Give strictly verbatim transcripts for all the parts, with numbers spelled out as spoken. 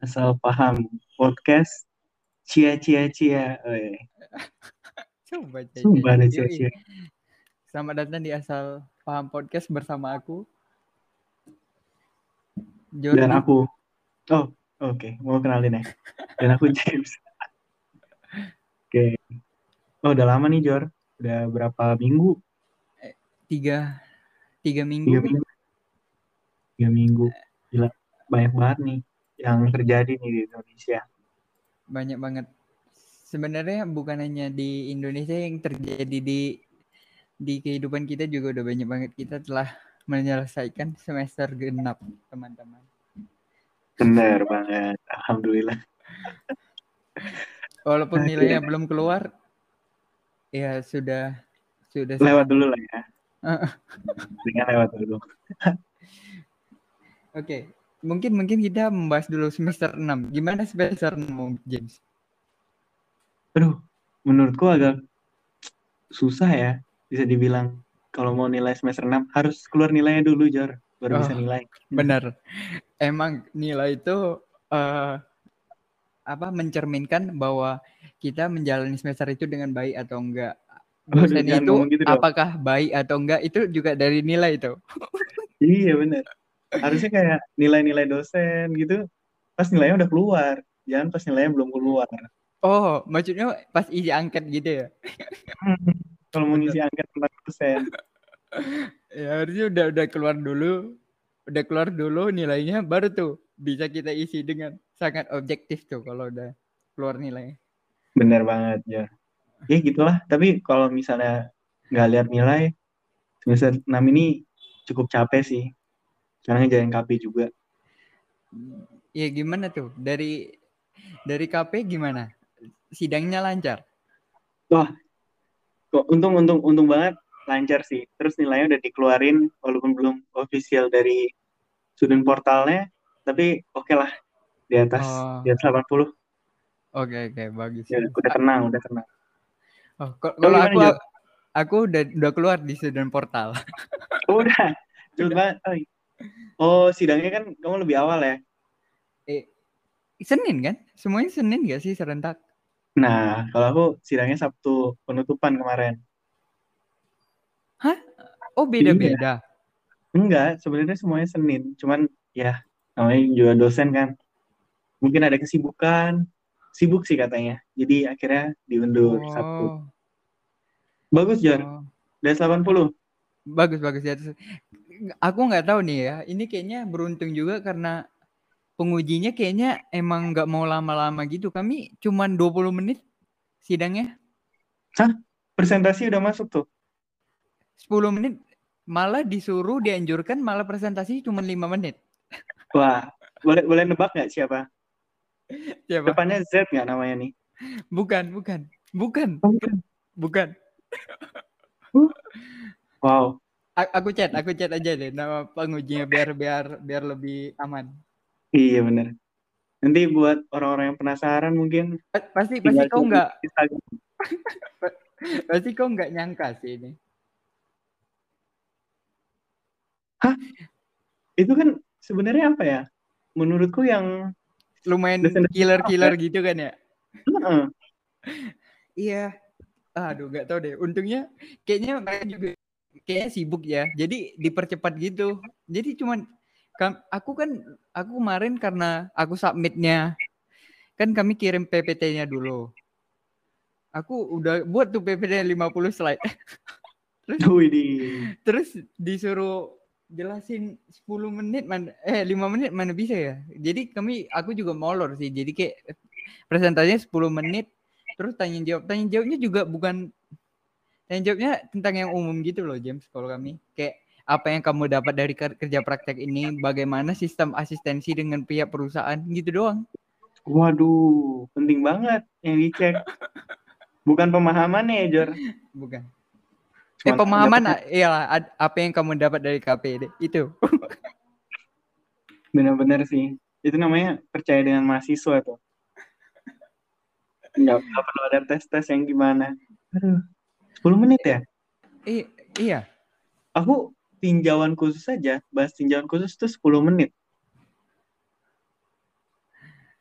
Asal paham podcast cia cia cia. Eh, Coba Cece. sumpah ada cia Yoi. cia. Selamat datang di Asal Paham Podcast bersama aku, Dan Jordi. aku, oh oke, mau kenalin ya. Dan aku James. Oke. Oh udah lama nih Jor. Udah berapa minggu? Tiga, tiga minggu Tiga kan? minggu. Tiga minggu. Gila, banyak banget nih yang terjadi nih di Indonesia. Banyak banget. Sebenarnya bukan hanya di Indonesia yang terjadi di di kehidupan kita, juga udah banyak banget. Kita telah menyelesaikan semester genap, teman-teman. Bener banget. Alhamdulillah. Walaupun nilainya Akhirnya. belum keluar, ya sudah sudah Lewat sangat. dulu lah ya. Dengan lewat dulu. Oke, mungkin mungkin kita membahas dulu semester enam. Gimana semester enam, James? Aduh, menurutku agak susah ya. Bisa dibilang kalau mau nilai semester enam harus keluar nilainya dulu Jor. Baru bisa Oh, nilai. benar. Emang nilai itu uh, apa mencerminkan bahwa kita menjalani semester itu dengan baik atau enggak. Waduh, Dosen jangan itu ngomong gitu dong. apakah baik atau enggak itu juga dari nilai itu. Iya bener. Harusnya kayak nilai-nilai dosen gitu, pas nilainya udah keluar. Jangan pas nilainya belum keluar. Oh, maksudnya pas isi angket gitu ya? Hmm, kalau mau Bener. ngisi angket empat persen. Ya harusnya udah udah keluar dulu, udah keluar dulu nilainya, baru tuh bisa kita isi dengan sangat objektif tuh kalau udah keluar nilai. Bener banget ya. Ya gitulah. Tapi kalau misalnya nggak lihat nilai, semester enam ini cukup capek sih. Karena ngejalanin K P juga. Ya gimana tuh? Dari dari K P gimana? Sidangnya lancar? Wah, kok untung untung untung banget lancar sih. Terus nilainya udah dikeluarin walaupun belum official dari student portalnya, tapi oke lah di atas Oh, di atas delapan puluh. oke oke bagus Ya, bagus. udah Ah, tenang, udah tenang. oh, ko- Kau kalau gimana aku Jor? aku udah udah keluar di student portal. Oh, udah. Cepet Udah. banget. Oh, iya. Oh, sidangnya kan kamu lebih awal ya. Eh, Senin kan? Semuanya Senin gak sih serentak? Nah, kalau aku sidangnya Sabtu penutupan kemarin. Hah? Oh Iya. beda-beda. Enggak, sebenarnya semuanya Senin. Cuman ya namanya juga dosen kan. Mungkin ada kesibukan. Sibuk sih katanya. Jadi akhirnya diundur Sabtu. Oh, Bagus, Jar. oh, Dari delapan puluh. bagus bagus ya. Aku nggak tahu nih ya. Ini kayaknya beruntung juga karena pengujinya kayaknya emang nggak mau lama-lama gitu. Kami cuman dua puluh menit sidangnya. Hah? Presentasi udah masuk tuh? Sepuluh menit malah disuruh dianjurkan malah presentasi cuma lima menit. Wah, boleh boleh nebak nggak siapa? Siapa? Depannya Z nggak namanya nih? Bukan, bukan. Bukan. Oh, bukan. Bukan. Huh? Wow. A- aku chat, aku chat aja deh nama pengujinya biar biar biar lebih aman. Iya bener. Nanti buat orang-orang yang penasaran mungkin Pa- Pasti pasti tinggal kau cari nggak Instagram. pasti kau nggak nyangka sih ini. Hah? Itu kan sebenarnya apa ya? Menurutku yang Lumayan dosen-dosen killer-killer ya. gitu kan ya. Heeh. Iya. Aduh, nggak tahu deh. Untungnya kayaknya mereka juga kayaknya sibuk ya. Jadi dipercepat gitu. Jadi cuman kam- aku kan aku kemarin karena aku submitnya kan kami kirim P P T-nya dulu. Aku udah buat tuh P P T lima puluh slide. terus Wih di. terus disuruh jelasin sepuluh menit mana eh lima menit mana bisa ya. Jadi kami aku juga molor sih. Jadi kayak presentasinya sepuluh menit terus tanya jawab. Tanya jawabnya juga bukan tanya jawabnya tentang yang umum gitu loh James kalau kami. Kayak apa yang kamu dapat dari kerja praktek ini, bagaimana sistem asistensi dengan pihak perusahaan gitu doang. Waduh, penting banget yang dicek. Bukan pemahamannya ya, Jor. Bukan. Eh Cuma pemahaman dapatnya iyalah apa yang kamu dapat dari K P D itu. benar-benar sih. Itu namanya percaya dengan mahasiswa tuh. Nggak, nggak perlu ada tes-tes yang gimana. Aduh, sepuluh menit ya? I- iya. Aku tinjauan khusus aja, bahas tinjauan khusus tuh sepuluh menit.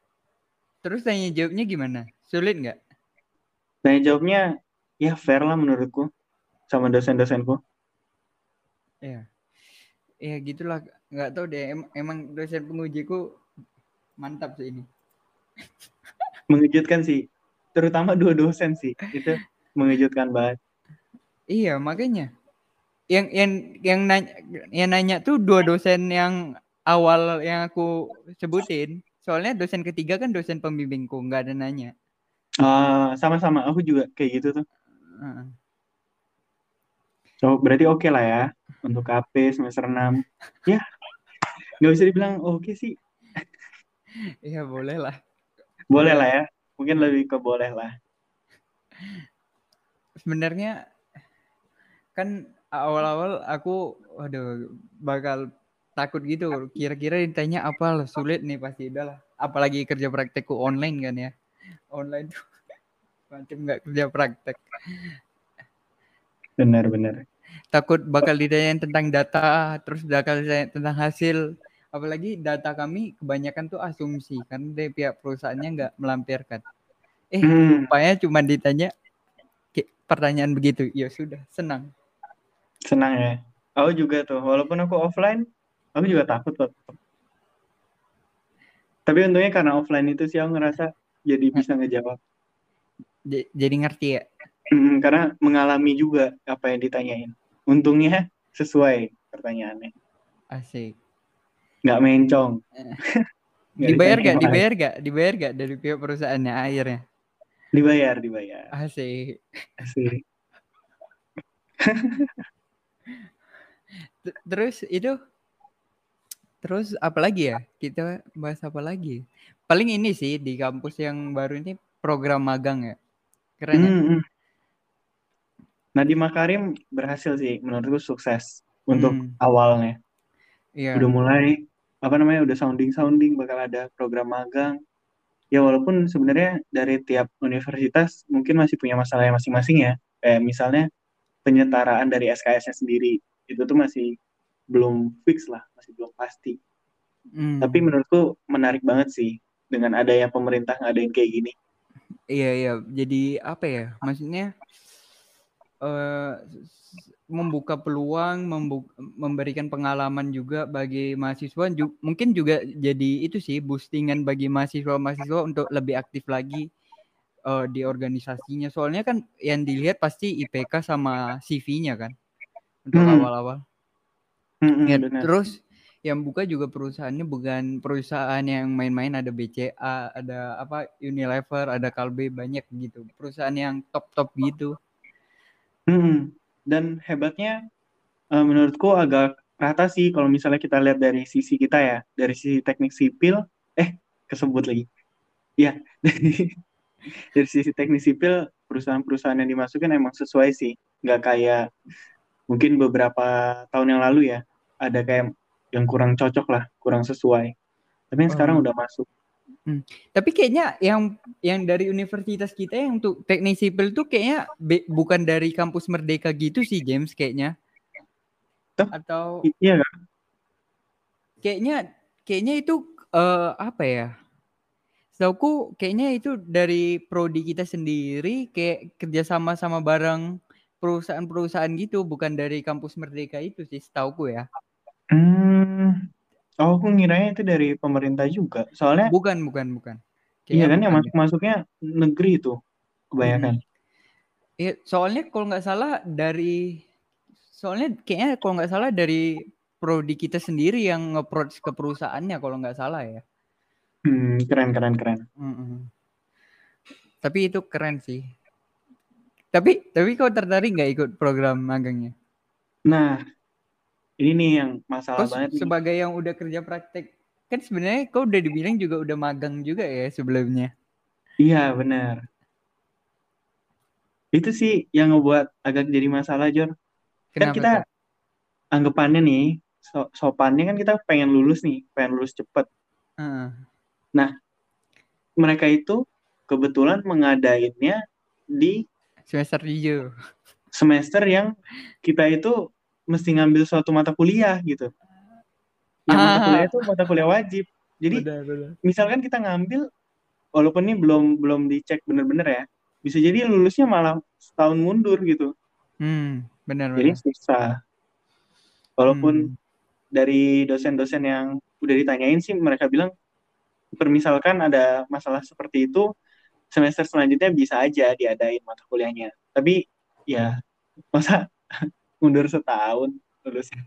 Terus tanya jawabnya gimana? Sulit nggak? Tanya jawabnya ya fair lah menurutku sama dosen-dosenku. Ya, ya gitulah. Nggak tahu deh. Em- emang dosen pengujiku mantap sih ini. Mengejutkan sih, terutama dua dosen sih itu mengejutkan banget. Iya, makanya. Yang yang yang nanya, yang nanya tuh dua dosen yang awal yang aku sebutin. Soalnya dosen ketiga kan dosen pembimbingku, nggak ada nanya. Ah, sama-sama aku juga kayak gitu tuh. Heeh. So, berarti oke lah ya untuk K P semester enam. Ya, nggak bisa dibilang oke sih. Iya boleh lah. Boleh Udah. lah ya. Mungkin Heeh. lebih ke boleh lah. Sebenarnya kan awal-awal aku waduh bakal takut gitu, kira-kira ditanya apa lah, sulit nih pasti, udahlah, apalagi kerja praktekku online kan ya, online tuh macam nggak kerja praktek, Benar-benar. takut bakal ditanyain tentang data, terus bakal ditanya tentang hasil, apalagi data kami kebanyakan tuh asumsi karena dari pihak perusahaannya nggak melampirkan, eh Hmm, rupanya cuma ditanya kayak pertanyaan begitu, ya sudah senang. senang ya. Aku juga tuh, walaupun aku offline, aku juga takut kok. Tapi untungnya karena offline itu sih aku ngerasa jadi bisa ngejawab. Jadi ngerti ya. Hmm, karena mengalami juga apa yang ditanyain. Untungnya sesuai pertanyaannya. Asik. Nggak mencong, nggak Dibayar ditanya gak? yang lain. Dibayar gak? Dibayar gak dari pihak perusahaannya akhirnya? Dibayar, dibayar. Asik. Asik. Terus itu, terus apa lagi ya? Kita bahas apa lagi? Paling ini sih di kampus yang baru ini program magang ya. Keren ya? Hmm, hmm. Nadiem Makarim berhasil sih, menurutku sukses untuk Hmm, awalnya. Udah iya. mulai, apa namanya, udah sounding-sounding bakal ada program magang. Ya walaupun sebenarnya dari tiap universitas mungkin masih punya masalahnya masing-masing ya. Kayak misalnya penyetaraan dari S K S-nya sendiri. Itu tuh masih belum fix lah, masih belum pasti. Tapi Hmm, menurutku menarik banget sih dengan adanya pemerintah ngadain kayak gini. iya iya. Jadi apa ya? Maksudnya eh, membuka peluang, membu- memberikan pengalaman juga bagi mahasiswa. Ju- mungkin juga jadi itu sih boostingan bagi mahasiswa-mahasiswa untuk lebih aktif lagi eh, di organisasinya. Soalnya kan yang dilihat pasti I P K sama C V-nya kan untuk Hmm, awal-awal. hmm, Ya, hmm, benar. terus yang buka juga perusahaannya bukan perusahaan yang main-main, ada B C A, ada apa Unilever, ada Kalbe, banyak gitu. Perusahaan yang top-top gitu. Hmm. Dan hebatnya eh, menurutku agak rata sih kalau misalnya kita lihat dari sisi kita ya, dari sisi teknik sipil, eh kesebut lagi. Iya, dari, dari sisi teknik sipil perusahaan-perusahaan yang dimasukin emang sesuai sih. Nggak kayak mungkin beberapa tahun yang lalu ya, ada kayak yang kurang cocok lah, kurang sesuai. Tapi yang sekarang Oh. udah masuk. Hmm. Tapi kayaknya yang yang dari universitas kita yang untuk teknik sipil tuh kayaknya be- bukan dari kampus Merdeka gitu sih James kayaknya, Tuh, atau i- iya kan? kayaknya kayaknya itu eh, apa ya? Setahuku kayaknya itu dari prodi kita sendiri kayak kerjasama sama bareng perusahaan-perusahaan gitu, bukan dari kampus Merdeka itu sih setahuku ya. Hmm, oh, aku ngiranya itu dari pemerintah juga. Soalnya, Bukan bukan bukan. iya Kayaknya kan yang bukan deh. masuk-masuknya negeri itu kebanyakan. Mm-mm. Iya, soalnya kalau nggak salah dari soalnya kayaknya kalau nggak salah dari prodi kita sendiri yang nge-approach ke perusahaannya kalau nggak salah ya. Hmm, keren, keren, keren. Mm-mm. Tapi itu keren sih. Tapi tapi kau tertarik nggak ikut program magangnya? Nah, ini nih yang Kau masalah se- banget nih. sebagai yang udah kerja praktek, kan sebenarnya kau udah dibilang juga udah magang juga ya sebelumnya. Iya, benar. Itu sih yang ngebuat agak jadi masalah, Jor. Kan Kenapa kita tuh? anggapannya nih, so- sopannya kan kita pengen lulus nih, pengen lulus cepet. Heeh. Nah, mereka itu kebetulan mengadainnya di Semester hijau. semester yang kita itu mesti ngambil suatu mata kuliah gitu. Yang mata kuliah Ah, itu mata kuliah wajib. Jadi benar benar. misalkan kita ngambil walaupun ini belum belum dicek bener-bener ya, bisa jadi lulusnya malah setahun mundur gitu. Hmm, Jadi benar-benar. susah. Walaupun Hmm. dari dosen-dosen yang udah ditanyain sih mereka bilang permisalkan ada masalah seperti itu semester selanjutnya bisa aja diadain mata kuliahnya. Tapi ya masa mundur setahun lulusnya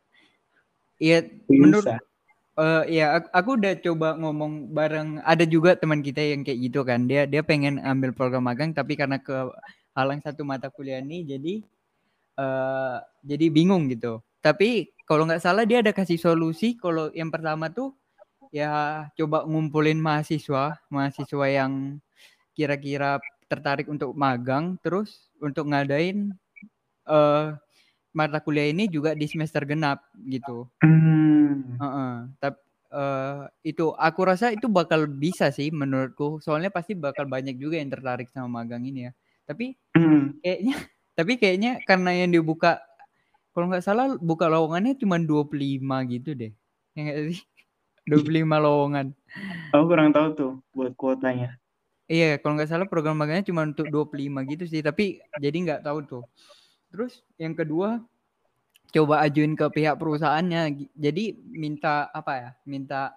Iya, menurut bisa. eh ya aku, aku udah coba ngomong bareng ada juga teman kita yang kayak gitu kan. Dia dia pengen ambil program magang tapi karena kehalang satu mata kuliah ini jadi eh jadi bingung gitu. Tapi kalau nggak salah dia ada kasih solusi kalau yang pertama tuh ya coba ngumpulin mahasiswa, mahasiswa yang kira-kira tertarik untuk magang terus untuk ngadain eh mata kuliah ini juga di semester genap gitu. Hmm. Heeh. Tap eee, itu aku rasa itu bakal bisa sih menurutku. Soalnya pasti bakal banyak juga yang tertarik sama magang ini ya. Tapi Hmm. kayaknya tapi kayaknya karena yang dibuka kalau nggak salah buka lowongannya cuma dua puluh lima gitu deh. Ya nggak sih? dua puluh lima lowongan. Aku kurang tahu tuh buat kuotanya. Iya, kalau nggak salah program magangnya cuma untuk dua puluh lima gitu sih. Tapi jadi nggak tahu tuh. Terus yang kedua coba ajuin ke pihak perusahaannya. Jadi minta apa ya? Minta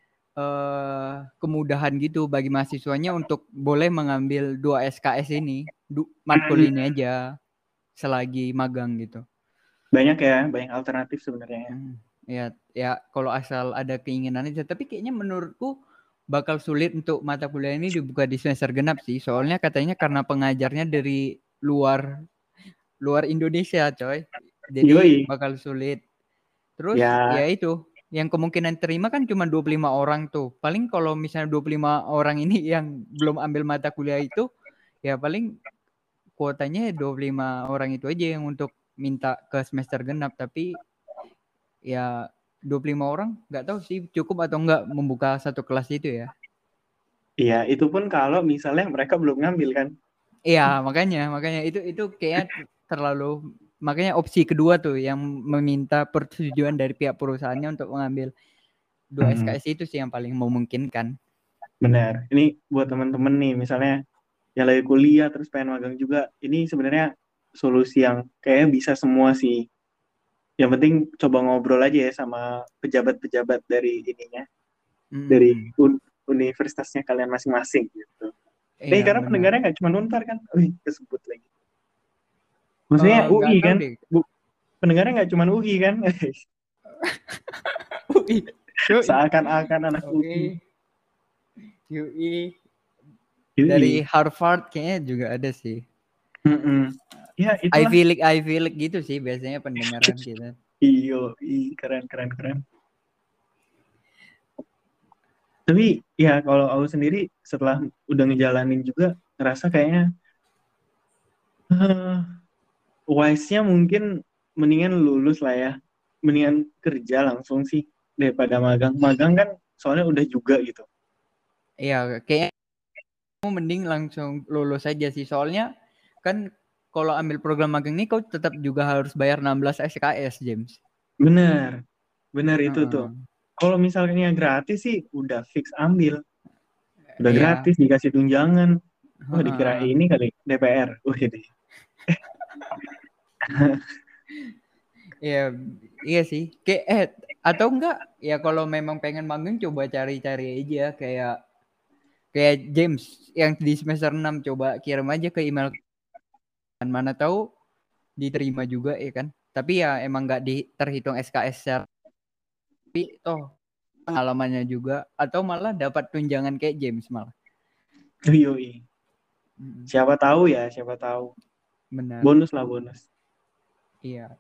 eh, kemudahan gitu bagi mahasiswanya untuk boleh mengambil dua S K S ini, du- matkul Hmm. ini aja selagi magang gitu. Banyak ya, banyak alternatif sebenarnya ya. Hmm, ya, ya kalau asal ada keinginan aja. Tapi kayaknya menurutku bakal sulit untuk mata kuliah ini dibuka di semester genap sih. Soalnya katanya karena pengajarnya dari luar luar Indonesia, coy. Jadi Yoi, bakal sulit. Terus ya ya itu, yang kemungkinan terima kan cuma dua puluh lima orang tuh. Paling kalau misalnya dua puluh lima orang ini yang belum ambil mata kuliah itu, ya paling kuotanya dua puluh lima orang itu aja yang untuk minta ke semester genap. Tapi ya dua puluh lima orang nggak tahu sih cukup atau enggak membuka satu kelas itu ya. iya, itu pun kalau misalnya mereka belum ngambil kan. Iya, makanya, makanya itu itu kayaknya terlalu makanya opsi kedua tuh yang meminta persetujuan dari pihak perusahaannya untuk mengambil dua Hmm, S K S itu sih yang paling memungkinkan. benar. Ini buat teman-teman nih, misalnya yang lagi kuliah terus pengen magang juga, ini sebenarnya solusi yang kayaknya bisa semua sih. Yang penting coba ngobrol aja ya sama pejabat-pejabat dari ininya, dari Mm-mm. un- universitasnya kalian masing-masing gitu. Nih Iya karena benar. pendengarnya nggak cuma Unpar kan, wih kesebut lagi. Maksudnya Eh, nggak U I tahu kan, deh. Bu, pendengarnya nggak cuma U I kan, U I, yoi, seakan-akan anak U I. U I, U I dari U I. Harvard kayaknya juga ada sih. Mm-mm. Ya itulah. Ivy League, Ivy League gitu sih biasanya pendengaran kita. Iyo, i keren keren keren. Tapi ya kalau aku sendiri setelah udah ngejalanin juga ngerasa kayaknya eh, wise-nya mungkin mendingan lulus lah ya. Mendingan kerja langsung sih daripada magang. Magang kan soalnya udah juga gitu. Iya, kayaknya kamu mending langsung lulus aja sih. Soalnya kan kalau ambil program magang ini kau tetap juga harus bayar enam belas S K S, James. Bener, bener itu tuh. Heeh. Kalau misalnya gratis sih udah fix ambil. Udah Iya, gratis dikasih tunjangan. Wah dikira heeh. ini kali D P R. Wih deh. Iya, iya sih. Kayak eh atau enggak ya kalau memang pengen magang coba cari-cari aja kayak kayak James yang di semester enam coba kirim aja ke email kan mana tahu diterima juga ya kan. Tapi ya emang nggak di terhitung S K S secara tapi toh pengalamannya juga atau malah dapat tunjangan kayak James malah. Yoi. Mm, Siapa tahu ya, siapa tahu. benar. Bonus lah bonus. Iya.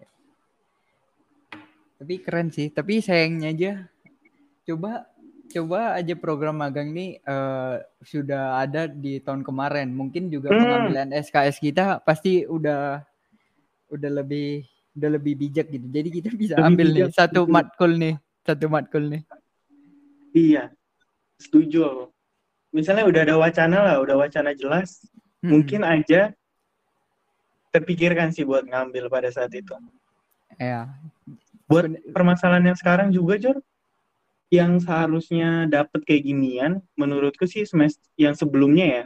Tapi keren sih. Tapi sayangnya aja coba coba aja program magang ini eh, sudah ada di tahun kemarin. Mungkin juga Hmm, pengambilan S K S kita pasti udah udah lebih udah lebih bijak gitu. Jadi kita bisa lebih ambil nih bijak. satu Betul. matkul nih, satu matkul nih. Iya, setuju aku. Misalnya udah ada wacana lah, udah wacana jelas, Mm-mm. mungkin aja terpikirkan sih buat ngambil pada saat itu. Ya, Buat seben- permasalahan yang sekarang juga, Jor, yang seharusnya dapat kayak ginian, menurutku sih semester yang sebelumnya ya,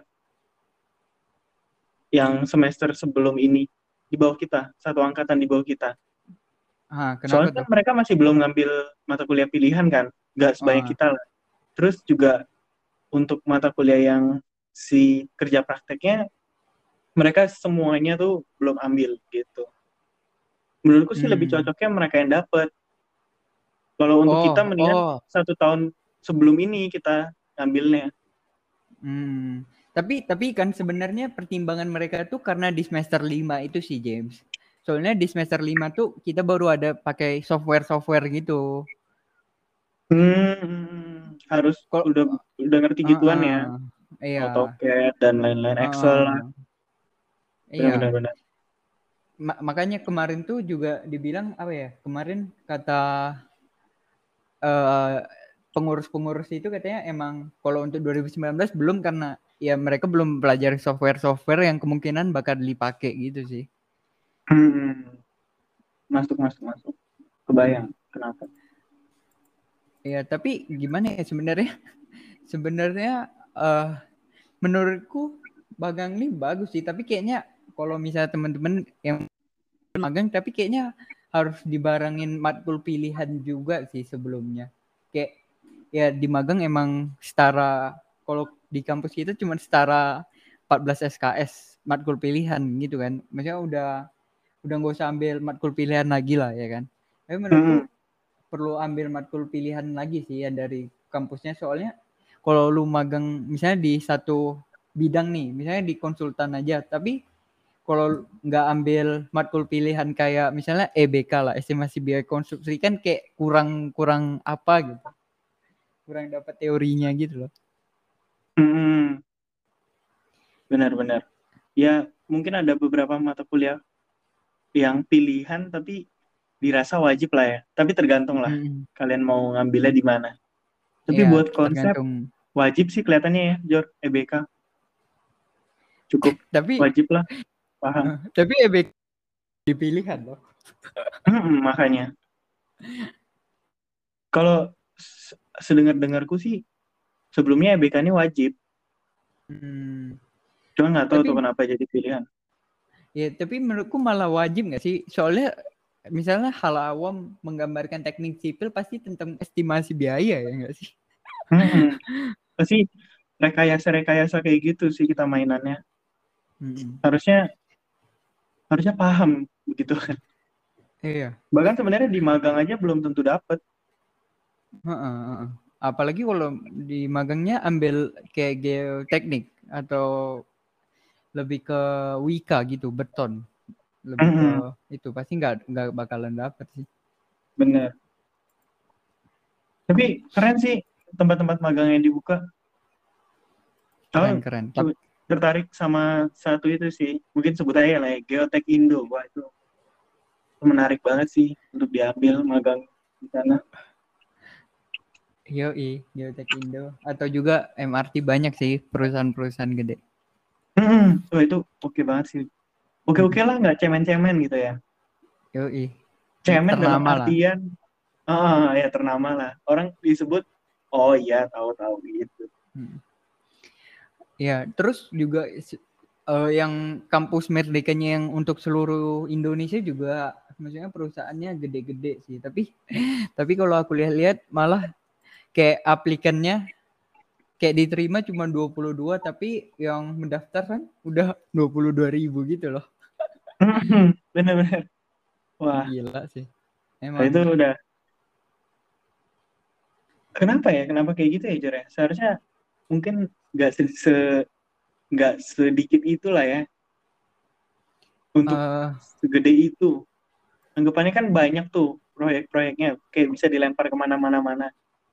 yang semester sebelum ini di bawah kita, satu angkatan di bawah kita. Ah, kenapa Soalnya kan tuh? mereka masih belum ngambil mata kuliah pilihan kan, nggak sebanyak Ah, kita lah. Terus juga untuk mata kuliah yang si kerja prakteknya, mereka semuanya tuh belum ambil gitu. Menurutku sih lebih hmm. cocoknya mereka yang dapat. Kalau untuk kita Oh, mendingan oh. satu tahun sebelum ini kita ngambilnya. Hmm. Tapi tapi kan sebenarnya pertimbangan mereka tuh karena di semester lima itu sih James. Soalnya di semester lima tuh kita baru ada pakai software-software gitu. Hmm, harus Kok udah udah ngerti gituan ya, uh, iya. AutoCAD dan lain-lain, Excel lah, Uh, iya. benar-benar. Ma- makanya kemarin tuh juga dibilang apa ya? Kemarin kata eh, pengurus-pengurus itu katanya emang kalau untuk dua ribu sembilan belas belum karena ya mereka belum pelajari software-software yang kemungkinan bakal dipakai gitu sih. Hmm, masuk masuk masuk. Kebayang kenapa? Ya, tapi gimana ya sebenarnya? Sebenarnya eh menurutku magang ini bagus sih, tapi kayaknya kalau misalnya teman-teman yang magang tapi kayaknya harus dibarengin matkul pilihan juga sih sebelumnya. Kayak ya di magang emang setara kalau di kampus kita cuma setara empat belas S K S matkul pilihan gitu kan. Maksudnya udah udah nggak usah ambil matkul pilihan lagi lah ya kan. Tapi Hmm, menurutku perlu ambil matkul pilihan lagi sih ya dari kampusnya soalnya kalau lu magang misalnya di satu bidang nih, misalnya di konsultan aja, tapi kalau nggak ambil matkul pilihan kayak misalnya E B K lah, estimasi biaya konstruksi kan kayak kurang kurang apa gitu, kurang dapat teorinya gitu loh. hmm, benar-benar. Ya mungkin ada beberapa mata kuliah yang pilihan tapi dirasa wajib lah ya. Tapi tergantung lah Mm-mm. kalian mau ngambilnya di mana. Tapi Iya, buat konsep tergantung. wajib sih kelihatannya ya, Jor, E B K cukup Tapi wajib lah, paham. tapi E B K di pilihan loh. Hmm, makanya kalau se- sedengar-dengarku sih sebelumnya E B K ini wajib, Hmm. cuma nggak tahu tuh Tapi kenapa jadi pilihan. ya tapi menurutku malah wajib nggak sih? Soalnya misalnya hal awam menggambarkan teknik sipil pasti tentang estimasi biaya ya nggak sih? Hmm, pasti rekayasa-rekayasa kayak gitu sih kita mainannya. Mm-mm. Harusnya harusnya paham begitu kan. Iya. Bahkan sebenarnya di magang aja belum tentu dapet. Heeh, heeh. Apalagi kalau di magangnya ambil kayak geoteknik atau lebih ke Wika gitu, beton. Lebih ke Hmm, itu pasti nggak nggak bakalan dapet sih. bener. Tapi keren sih tempat-tempat magang yang dibuka. Keren Aku keren. Tap, cu- tertarik sama satu itu sih. Mungkin sebut aja lah ya, Geotek Indo. Wah itu, itu menarik banget sih untuk diambil magang di sana. yoi, Geotek Indo atau juga M R T banyak sih perusahaan-perusahaan gede. Hmm, wah itu oke banget sih. Oke-oke Mm-mm. lah, nggak cemen-cemen gitu ya. Yoi. Cemen dalam Ternama lah. artian, ah ya ternama lah. Orang disebut, oh iya tahu-tahu gitu. Mm. Ya, terus juga eh, yang kampus merdekanya yang untuk seluruh Indonesia juga maksudnya perusahaannya gede-gede sih. Tapi tapi kalau aku lihat-lihat malah kayak aplikannya kayak diterima cuma dua puluh dua tapi yang mendaftar kan udah dua puluh dua ribu gitu loh. Hmm, bener-bener. Wah, Gila sih. itu Emang udah. Kenapa ya? Kenapa kayak gitu ya, Jor ya? Seharusnya mungkin nggak se, se- nggak sedikit itulah ya untuk eh segede itu. Anggapannya kan banyak tuh proyek-proyeknya, kayak bisa dilempar kemana-mana mana.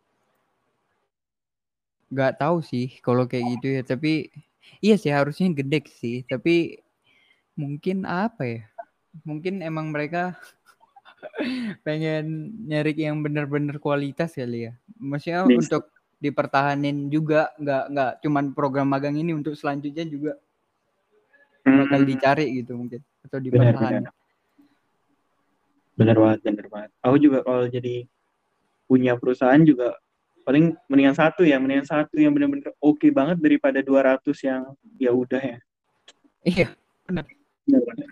nggak tahu sih kalau kayak gitu ya. Tapi iya sih harusnya gede sih. Tapi mungkin apa ya? Mungkin emang mereka pengen nyari yang bener-bener kualitas kali ya. Maksudnya Bisa. untuk dipertahanin juga nggak nggak cuman program magang ini untuk selanjutnya juga bakal Hmm, dicari gitu mungkin atau benar-benar, dipertahankan. benar banget, benar banget. Aku juga kalau jadi punya perusahaan juga Paling mendingan satu ya, mendingan satu yang benar-benar oke banget daripada dua ratus yang ya udah ya. Iya, benar. Benar-benar.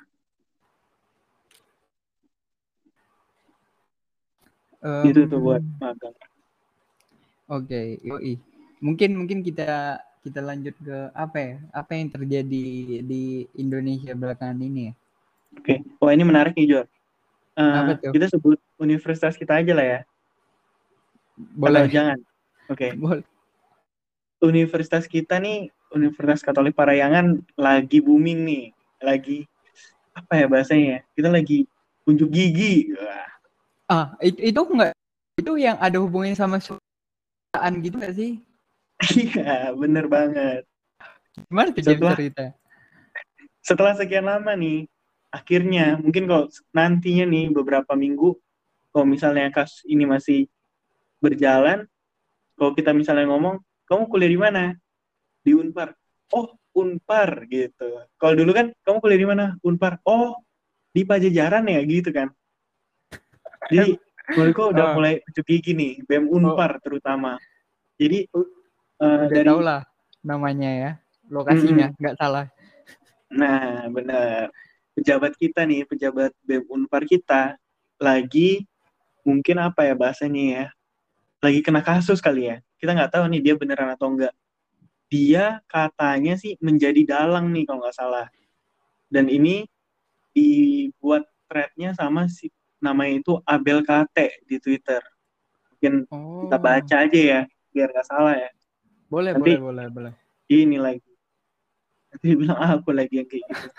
Itu tuh buat Um, magang. Oke, yoi. Mungkin mungkin kita kita lanjut ke apa ya? Apa yang terjadi di Indonesia belakangan ini ya? Oke, wah ini menarik nih Jor. Eh, Apa tuh? kita sebut universitas kita aja lah ya, atau Boleh. jangan? Oke, Boleh. universitas kita nih, Universitas Katolik Parahyangan lagi booming nih, lagi apa ya bahasanya ya? Kita lagi unjuk gigi. Wah, Ah, itu itu enggak itu yang ada hubungannya sama sukaan gitu nggak sih? iya, bener banget. Gimana tuh James Setelah cerita? setelah sekian lama nih, akhirnya mungkin kalau nantinya nih beberapa minggu, kalau misalnya kasus ini masih berjalan, kalau kita misalnya ngomong, kamu kuliah di mana? Di Unpar. Oh, Unpar gitu. Kalau dulu kan, kamu kuliah di mana? Unpar. Oh, di Pajajaran ya gitu kan. Jadi menurutku udah Oh, mulai ujuk gigi nih, B E M oh, Unpar terutama. Jadi u- eh, udah dari, tau lah namanya ya, lokasinya mm-mm. nggak salah. Nah benar, pejabat kita nih, pejabat B E M Unpar kita lagi mungkin apa ya bahasanya ya, lagi kena kasus kali ya. Kita nggak tahu nih dia beneran atau enggak. Dia katanya sih menjadi dalang nih kalau nggak salah. Dan ini dibuat thread-nya sama si namanya itu Abel Kate di Twitter. Mungkin kita Oh, baca aja ya, biar nggak salah ya. boleh boleh Nanti boleh boleh. ini lagi, nanti dia bilang ah, aku lagi yang kayak gitu.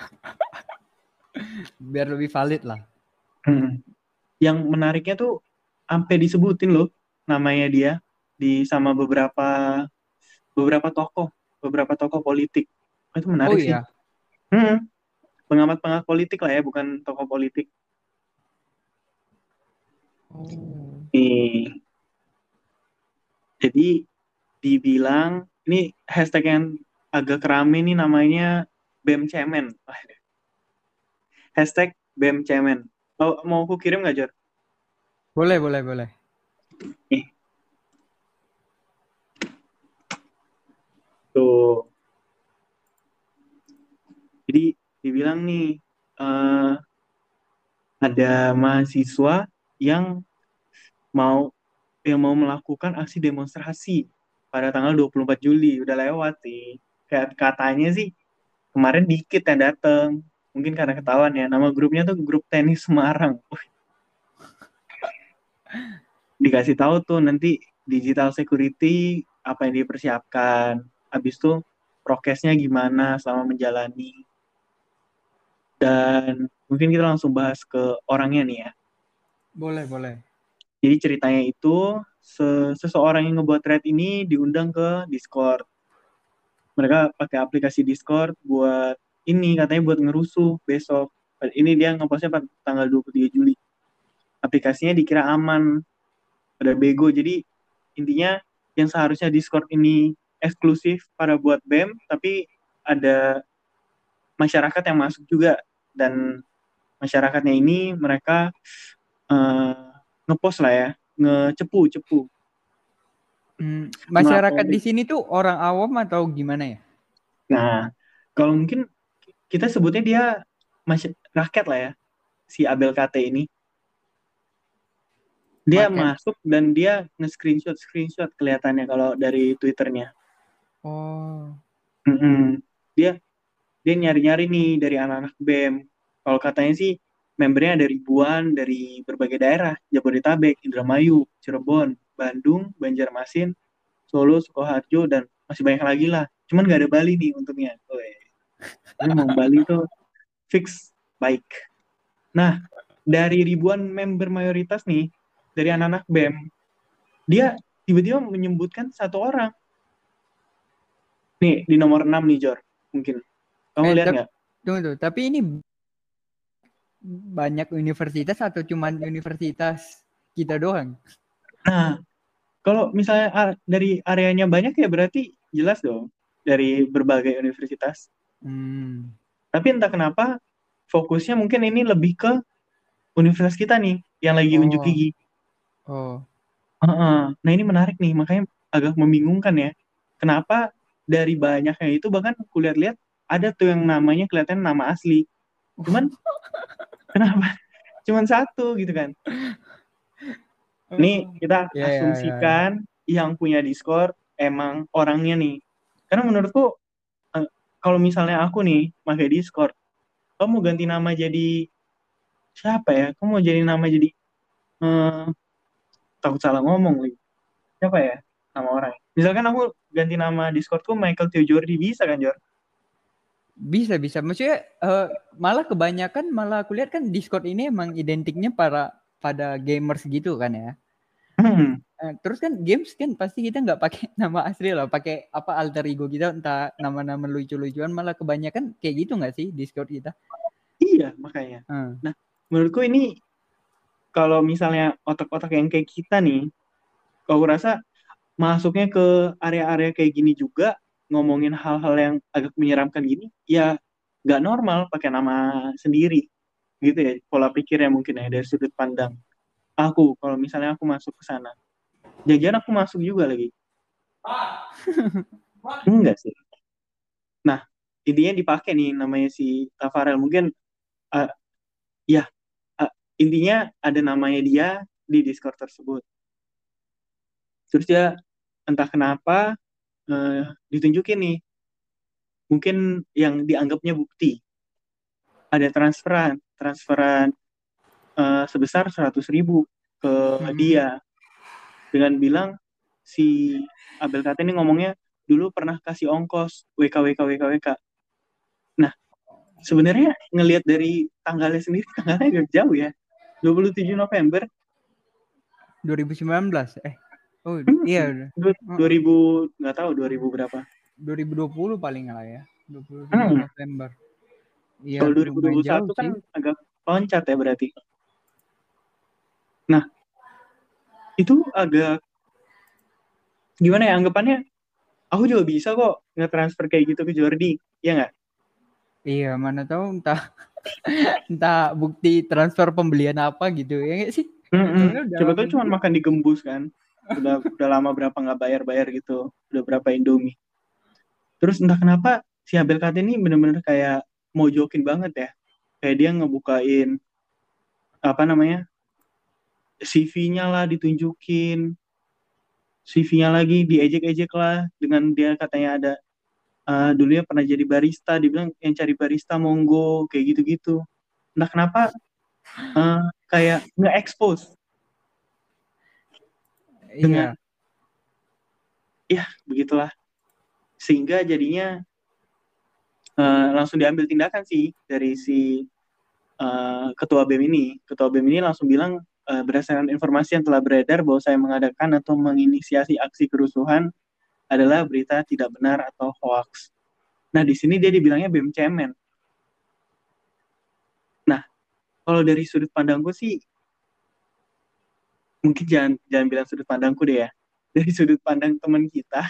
Biar lebih valid lah. Hmm. Yang menariknya tuh sampai disebutin loh namanya dia di sama beberapa beberapa tokoh, beberapa tokoh politik. Oh, itu Oh menarik sih. iya. Hmm. Pengamat-pengamat politik lah ya, bukan tokoh politik. Oh. Nih, jadi dibilang ini hashtag yang agak rame nih namanya B E M Cemen. Hashtag B E M Cemen. Mau, mau aku kirim nggak, Jor? Boleh boleh boleh. Nih, tuh. Jadi dibilang nih, eh, ada mahasiswa yang mau yang mau melakukan aksi demonstrasi pada tanggal dua puluh empat Juli. Udah lewat sih. Kayak katanya sih kemarin dikit yang dateng. Mungkin karena ketahuan ya. Nama grupnya tuh grup tenis Semarang. Dikasih tahu tuh nanti digital security apa yang dipersiapkan. Habis itu prokesnya gimana selama menjalani. Dan mungkin kita langsung bahas ke orangnya nih ya. Boleh boleh. Jadi ceritanya itu se- seseorang yang ngebuat thread ini diundang ke Discord. Mereka pakai aplikasi Discord buat ini katanya buat ngerusuh besok. Ini dia ngepostnya pada tanggal dua puluh tiga Juli. Aplikasinya dikira aman, pada bego. Jadi intinya yang seharusnya Discord ini eksklusif para buat B E M, tapi ada masyarakat yang masuk juga dan masyarakatnya ini mereka eh, ngepost lah ya, ngecepu-cepu, Hmm, masyarakat di ngelapor. sini tuh orang awam atau gimana ya? Nah, kalau mungkin kita sebutnya dia masy- rakyat lah ya, si Abel Kate ini. Dia Make. masuk dan dia nge-screenshot screenshot kelihatannya kalau dari Twitternya. Oh. Mm-mm. Dia dia nyari-nyari nih dari anak-anak B E M. Kalau katanya sih membernya ada ribuan dari berbagai daerah, Jabodetabek, Indramayu, Cirebon, Bandung, Banjarmasin, Solo, Sukoharjo, dan masih banyak lagi lah. Cuman nggak ada Bali nih untungnya. Woy. Tapi mau Bali tuh fix baik. Nah, dari ribuan member mayoritas nih, dari anak-anak B E M, dia tiba-tiba menyebutkan satu orang. Nih, di nomor enam nih, Jor. Mungkin. Kamu Eh, lihat tapi nggak? tunggu tuh. Tapi ini banyak universitas atau cuman universitas kita doang? Nah, kalau misalnya a- dari areanya banyak ya berarti jelas dong dari berbagai universitas. Hmm. Tapi entah kenapa fokusnya mungkin ini lebih ke universitas kita nih yang lagi unjuk Oh. gigi. Oh. Heeh. Nah ini menarik nih, makanya agak membingungkan ya. Kenapa dari banyaknya itu bahkan kulihat-lihat ada tuh yang namanya kelihatan nama asli. Cuman kenapa cuman satu gitu kan? Ini Oh. kita Ya ya ya. asumsikan yang punya Discord emang orangnya nih. Karena menurutku eh, kalau misalnya aku nih pakai Discord, kamu mau ganti nama jadi siapa ya? Kamu mau jadi nama jadi eh, takut salah ngomong lagi. Siapa ya nama orang? Misalkan aku ganti nama Discordku Michael Theo Jordi bisa kan Jor? Bisa bisa. Maksudnya eh, malah kebanyakan malah aku lihat kan Discord ini emang identiknya para pada gamers gitu kan ya. Hmm, Eh, terus kan games kan pasti kita nggak pakai nama asli lah, pakai apa alter ego kita, entah nama-nama lucu-lucuan, malah kebanyakan kayak gitu nggak sih Discord kita? iya makanya. Hmm. Nah menurutku ini kalau misalnya otak-otak yang kayak kita nih, aku rasa masuknya ke area-area kayak gini juga ngomongin hal-hal yang agak menyeramkan gini, ya nggak normal pakai nama sendiri gitu ya pola pikirnya mungkin ya dari sudut pandang aku kalau misalnya aku masuk ke sana. Jangan-jangan aku masuk juga lagi. Enggak sih. Nah, intinya dipakai nih namanya si Tafarel. Mungkin uh, ya uh, intinya ada namanya dia di Discord tersebut. Terus dia entah kenapa uh, ditunjukin nih mungkin yang dianggapnya bukti. Ada transferan, transferan uh, sebesar seratus ribu ke Mm-mm. dia dengan bilang si Abel Kate ini ngomongnya dulu pernah kasih ongkos W K W K W K W K. Nah, sebenarnya ngelihat dari tanggalnya sendiri, tanggalnya agak jauh ya. dua puluh tujuh November. dua ribu sembilan belas eh oh Hmm, iya udah. du- Heeh. dua ribu nggak tahu dua ribu berapa. dua ribu dua puluh paling lah ya, dua puluh tujuh Hmm, November. Iya kalau lumayan jauh dua ribu dua puluh satu kan sih. agak loncat ya berarti. Nah, itu agak gimana ya anggapannya? Aku juga bisa kok nge-transfer kayak gitu ke Jordi, ya nggak? Iya mana tahu entah entah bukti transfer pembelian apa gitu ya nggak sih. Mm-mm. Soalnya udah Coba lama tuh cuma juga. makan digembus kan. Udah udah lama berapa nggak bayar-bayar gitu. Udah berapa Indomie. Terus entah kenapa si Abel Kate ini bener-bener kayak mau jokin banget ya. Kayak dia ngebukain apa namanya C V-nya lah ditunjukin, C V-nya lagi diejek-ejek lah dengan dia katanya ada uh, dulunya pernah jadi barista, dibilang yang cari barista monggo kayak gitu-gitu. Nah kenapa uh, kayak nge-expose dengan Iya. ya begitulah sehingga jadinya uh, langsung diambil tindakan sih dari si uh, ketua B E M ini. Ketua B E M ini langsung bilang uh, berdasarkan informasi yang telah beredar bahwa saya mengadakan atau menginisiasi aksi kerusuhan adalah berita tidak benar atau hoax. Nah, di sini dia dibilangnya B E M cemen. Nah, kalau dari sudut pandangku sih, mungkin jangan jangan bilang sudut pandangku deh ya. Dari sudut pandang teman kita,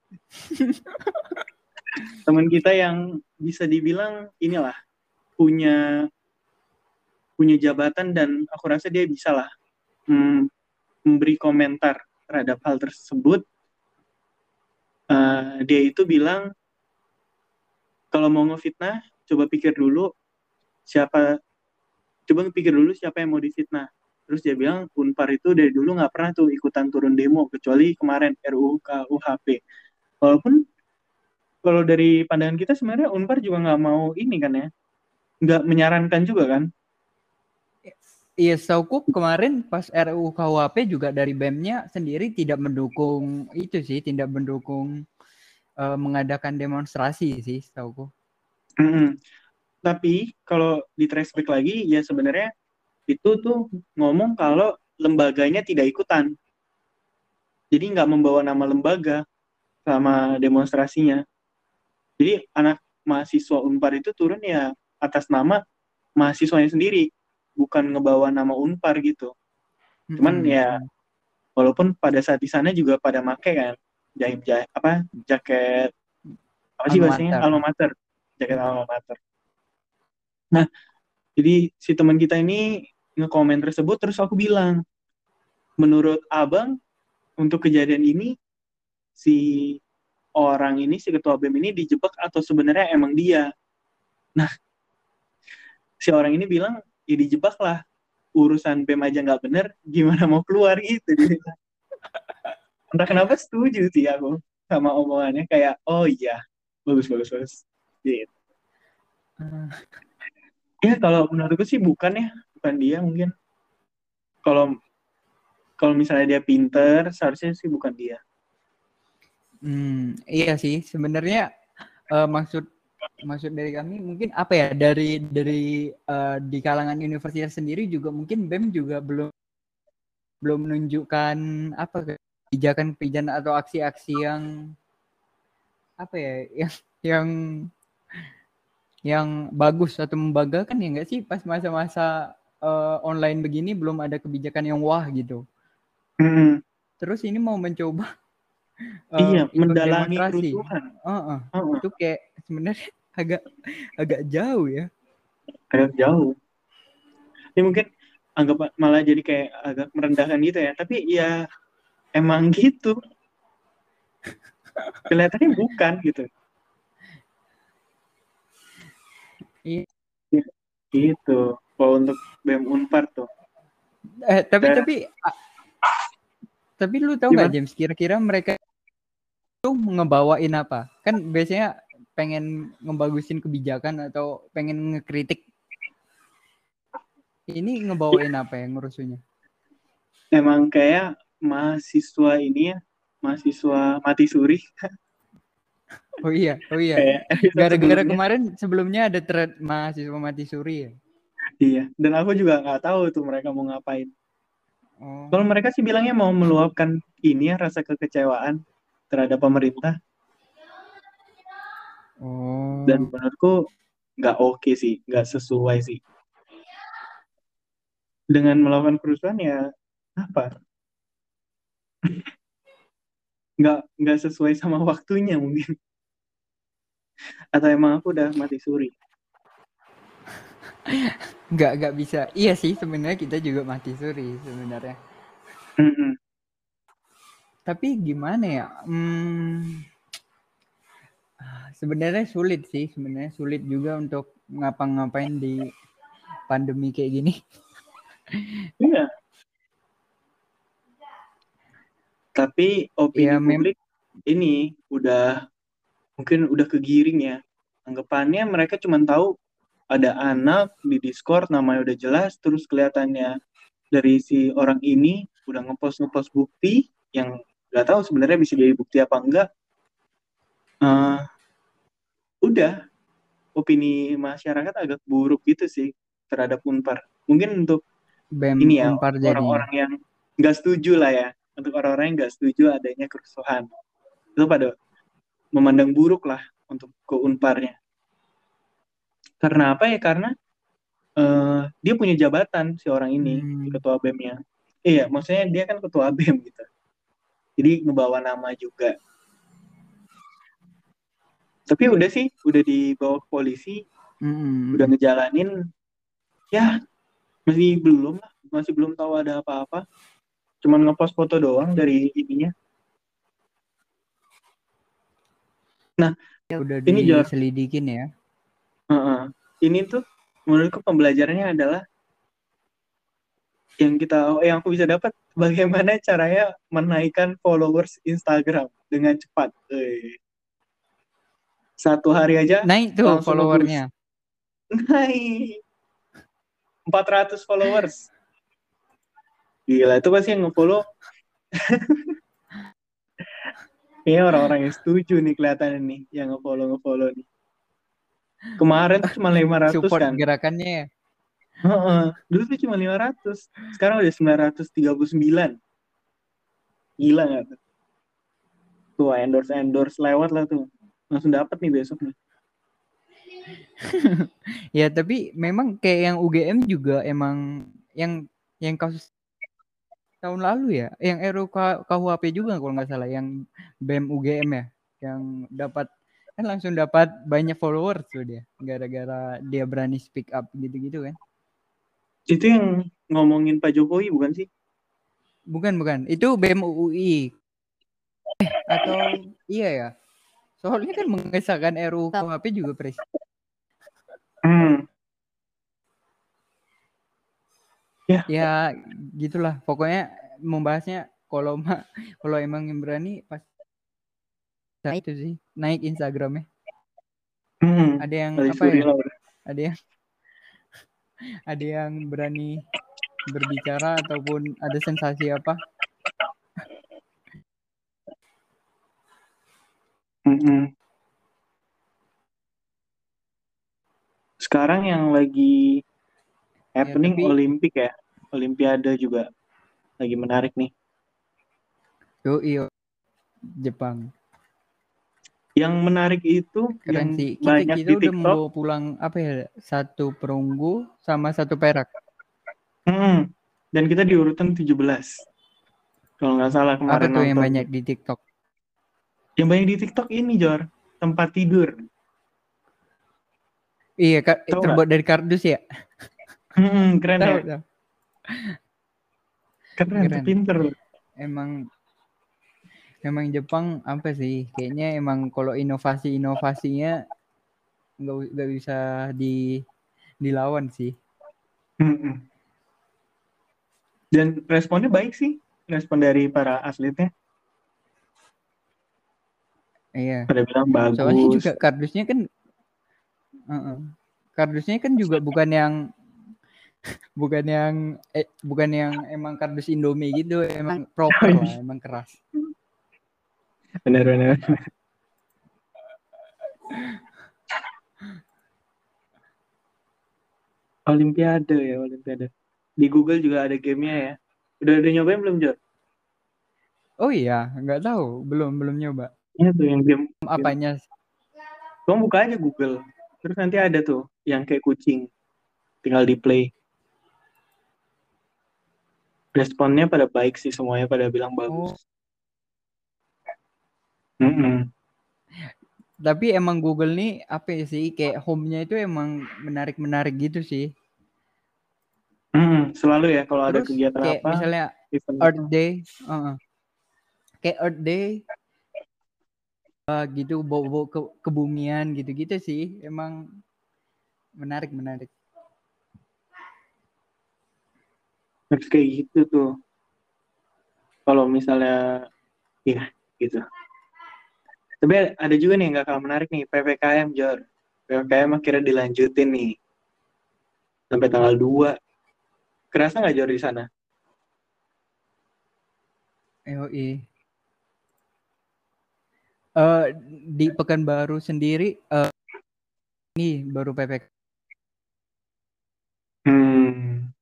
teman kita yang bisa dibilang inilah punya punya jabatan dan aku rasa dia bisa lah hmm, memberi komentar terhadap hal tersebut. Uh, dia itu bilang kalau mau ngefitnah, coba pikir dulu siapa, coba pikir dulu siapa yang mau difitnah. Terus dia bilang Unpar itu dari dulu nggak pernah tuh ikutan turun demo kecuali kemarin R U U K U H P. Walaupun kalau dari pandangan kita sebenarnya Unpar juga nggak mau ini kan ya, nggak menyarankan juga kan. Iya, setauku kemarin pas R U U K U H P juga dari B E M-nya sendiri tidak mendukung itu sih, tidak mendukung uh, mengadakan demonstrasi sih, setauku. Mm-mm. Tapi kalau di trace back lagi ya sebenarnya itu tuh ngomong kalau lembaganya tidak ikutan. Jadi nggak membawa nama lembaga sama demonstrasinya. Jadi anak mahasiswa Unpar itu turun ya atas nama mahasiswanya sendiri, bukan ngebawa nama Unpar gitu. Cuman ya Mm-mm. walaupun pada saat di sana juga pada make kan jahit jahit apa jaket apa sih Alma bahasanya mater. alma mater, jaket Mm. alma mater. Nah, jadi si teman kita ini ngekomen tersebut terus aku bilang, menurut Abang untuk kejadian ini si orang ini, si ketua B E M ini dijebak atau sebenarnya emang dia. Nah, si orang ini bilang, ya dijebak lah. Urusan B E M aja nggak bener, gimana mau keluar gitu. Dia bilang. Entah kenapa setuju sih aku sama omongannya. Kayak, oh iya, bagus, bagus, bagus. Gitu. Uh, Ya, kalau menurutku sih bukan ya. Bukan dia mungkin. Kalau kalau misalnya dia pinter, seharusnya sih bukan dia. hmm, iya sih sebenarnya uh, maksud maksud dari kami mungkin apa ya dari dari uh, di kalangan universitas sendiri juga mungkin B E M juga belum belum menunjukkan apa kebijakan-kebijakan atau aksi-aksi yang apa ya yang yang yang bagus atau membanggakan ya nggak sih pas masa-masa uh, online begini belum ada kebijakan yang wah gitu. Hmm, Terus ini mau mencoba iya, uh, ikut mendalangi demonstrasi. kerusuhan. Uh-uh. Uh-uh. Itu kayak sebenarnya agak agak jauh ya. Agak jauh. Ini mungkin anggap malah jadi kayak agak merendahkan gitu ya. Tapi ya emang gitu. Kelihatannya bukan gitu. Iya. Ya, gitu. Kalau untuk B E M Unpar tuh. Eh, tapi Dan tapi ah, tapi lu tahu nggak gimana? James kira-kira mereka tuh ngebawain apa? Kan biasanya pengen ngebagusin kebijakan atau pengen ngekritik. Ini ngebawain apa ya ngerusuhnya? Emang kayak mahasiswa ini ya, mahasiswa mati suri. Oh iya, oh iya. Kayak episode Gara-gara sebelumnya. kemarin sebelumnya ada thread mahasiswa mati suri ya. Iya. Dan aku juga nggak tahu tuh mereka mau ngapain. Oh. Kalau mereka sih bilangnya mau meluapkan ini ya, rasa kekecewaan terhadap pemerintah. Dan Oh. menurutku nggak oke sih, nggak sesuai sih. Dengan melakukan kerusuhan ya apa? Nggak nggak sesuai sama waktunya mungkin. Atau emang aku udah mati suri. Nggak nggak bisa. Iya sih sebenarnya kita juga mati suri sebenarnya. Mm-mm. Tapi gimana ya? Hmm, sebenarnya sulit sih, sebenarnya sulit juga untuk ngapa-ngapain di pandemi kayak gini. Iya. Tapi opini Ya mem publik ini udah mungkin udah kegiring ya. Anggapannya mereka cuma tahu ada anak di Discord namanya udah jelas, terus kelihatannya dari si orang ini udah ngepost ngepost bukti yang nggak tahu sebenarnya bisa jadi bukti apa enggak. Eh, udah opini masyarakat agak buruk gitu sih terhadap Unpar. Mungkin untuk B E M ini ya Unpar jadinya. orang-orang yang nggak setuju lah ya, untuk orang-orang yang nggak setuju adanya kerusuhan itu pada memandang buruk lah untuk ke Unparnya. Karena apa ya? Karena eh, dia punya jabatan si orang ini, si Hmm. ketua B E M-nya. Iya, maksudnya dia kan ketua B E M gitu. Jadi ngebawa nama juga. Tapi udah sih, udah dibawa ke polisi, udah Mm-mm. ngejalanin. Ya, masih belum lah, masih belum tahu ada apa-apa. Cuman ngepost foto doang dari ininya. Nah, Ya, udah ini Jor, diselidikin ya. uh-uh. Ini tuh menurutku pembelajarannya adalah yang kita, yang aku bisa dapat bagaimana caranya menaikkan followers Instagram dengan cepat. Eh, Satu hari aja Naik tuh langsung nge-boost. followernya. Naik empat ratus followers. Gila, itu pasti yang nge-follow. Kayaknya orang-orang yang setuju nih kelihatannya nih, yang nge-follow nge-follow nih. Kemarin tuh cuma lima ratus Support kan. gerakannya ya. Heeh. Dulu tuh cuma lima ratus. Sekarang udah sembilan ratus tiga puluh sembilan. Gila nggak tuh? Tuh endorse-endorse lewat lah tuh. Langsung dapat nih besok nih. Ya tapi memang kayak yang U G M juga emang yang yang kasus tahun lalu ya, yang R U K U H P juga kalau nggak salah, yang B E M U G M ya, yang dapat kan langsung dapat banyak followers tuh dia, gara-gara dia berani speak up gitu-gitu kan. Itu yang ngomongin Pak Jokowi bukan sih? bukan bukan. Itu B E M U I. Eh, atau iya ya? Soalnya kan mengesahkan R U U K U H P juga presiden. Hmm. Ya. Ya gitulah. Pokoknya membahasnya kalau ma- kalau emang yang berani pas nah itu sih naik Instagramnya. Hmm. Ada yang Ali apa Suri ya? lah udah. Ada yang ada yang berani berbicara ataupun ada sensasi apa? Mm-mm. Sekarang yang lagi Ya happening tapi Olimpik ya. Olimpiade juga lagi menarik nih. yo iyo Jepang Yang menarik itu keren yang sih. Kita banyak kita di udah TikTok. membawa pulang apa ya? Satu perunggu sama satu perak. Hmm. Dan kita di urutan tujuh belas. Kalau nggak salah Apa kemarin tuh yang nonton. banyak di TikTok? Yang banyak di TikTok ini, Jor. Tempat tidur. Iya, Tahu nggak? terbuat dari kardus ya? Hmm, keren ya. Tahu, tahu. Keren tuh, Keren. pinter. Emang emang Jepang apa sih? Kayaknya emang kalau inovasi-inovasinya nggak nggak bisa di dilawan sih. Hmm. Dan responnya baik sih. Respon dari para atletnya. Iya. Pada bilang Soalnya bagus. juga kardusnya kan uh-uh. Kardusnya kan juga bukan yang bukan yang eh, bukan yang emang kardus Indomie gitu, emang proper lah, emang keras. Benar-benar. Olimpiade ya, Olimpiade. Di Google juga ada gamenya ya. Udah udah nyobain belum, Jor? Oh iya, nggak tahu, belum belum nyoba. Iya tuh yang game, game. Apanya? Kamu buka aja Google. Terus nanti ada tuh yang kayak kucing. Tinggal di play. Responnya pada baik sih, semuanya pada bilang bagus. Oh, Mm-mm. tapi emang Google nih apa ya sih, kayak home-nya itu emang menarik-menarik gitu sih. Mm-mm. Selalu ya kalau ada Terus kegiatan kayak apa, misalnya event Earth apa. Day, uh-uh. kayak Earth Day uh, gitu, bawa-bawa ke kebumian gitu-gitu sih, emang menarik menarik. Terus kayak gitu tuh. Kalau misalnya, ya gitu. Tapi ada juga nih yang gak kalah menarik nih, P P K M, Jor. P P K M akhirnya dilanjutin nih. Sampai tanggal dua. Kerasa nggak, Jor, di sana? E O I. Uh, di Pekanbaru sendiri uh, ini baru P P K. Hmm.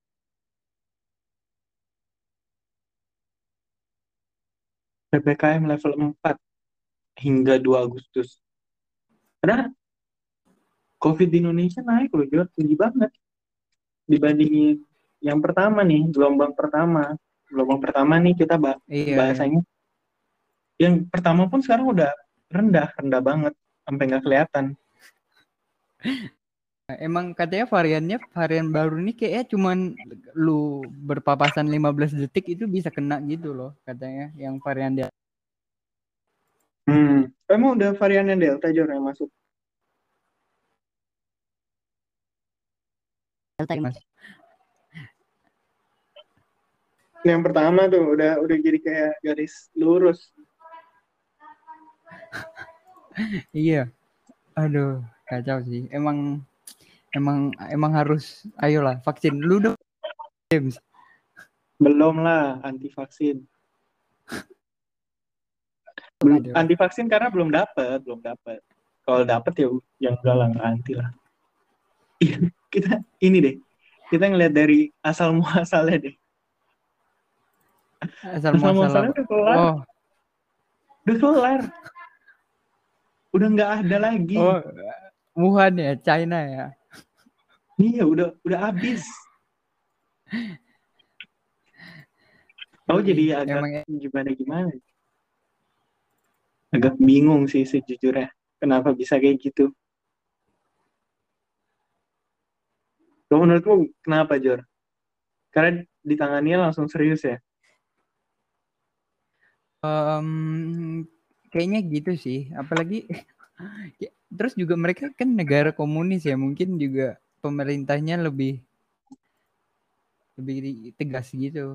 P P K M level empat hingga dua Agustus. Karena COVID di Indonesia naik loh, Jor. Tinggi banget. Dibandingin yang pertama nih, gelombang pertama. Gelombang pertama nih kita bah Iya, iya. bahasanya. Yang pertama pun sekarang udah rendah, rendah banget. Sampai nggak kelihatan. Emang katanya variannya varian baru nih kayaknya cuman lu berpapasan lima belas detik itu bisa kena gitu loh katanya yang varian Delta. Hmm. Emang udah varian yang Delta, Jor, yang masuk? Delta Mas. Yang pertama tuh udah udah jadi kayak garis lurus. Iya. Aduh, kacau sih. Emang emang emang harus ayolah vaksin. Lu udah James. Belum lah anti vaksin. Belum Aduh. anti vaksin karena belum dapet, belum dapet. Kalau dapet ya yang enggak lah, nggak anti lah. Iya, kita ini deh. Kita ngeliat dari asal muasalnya deh. Asal Asal muasalah. muasalnya udah kelar, Oh, udah kelar. Udah nggak ada lagi. oh Wuhan ya, China ya. Iya, udah udah habis. Aku jadi Yoi. agak Emang gimana gimana. Agak bingung sih sejujurnya. Kenapa bisa kayak gitu? Kalau menurutmu kenapa, Jor? Karena ditangannya langsung serius ya? Um, kayaknya gitu sih. Apalagi terus juga mereka kan negara komunis ya, mungkin juga pemerintahnya lebih lebih tegas gitu.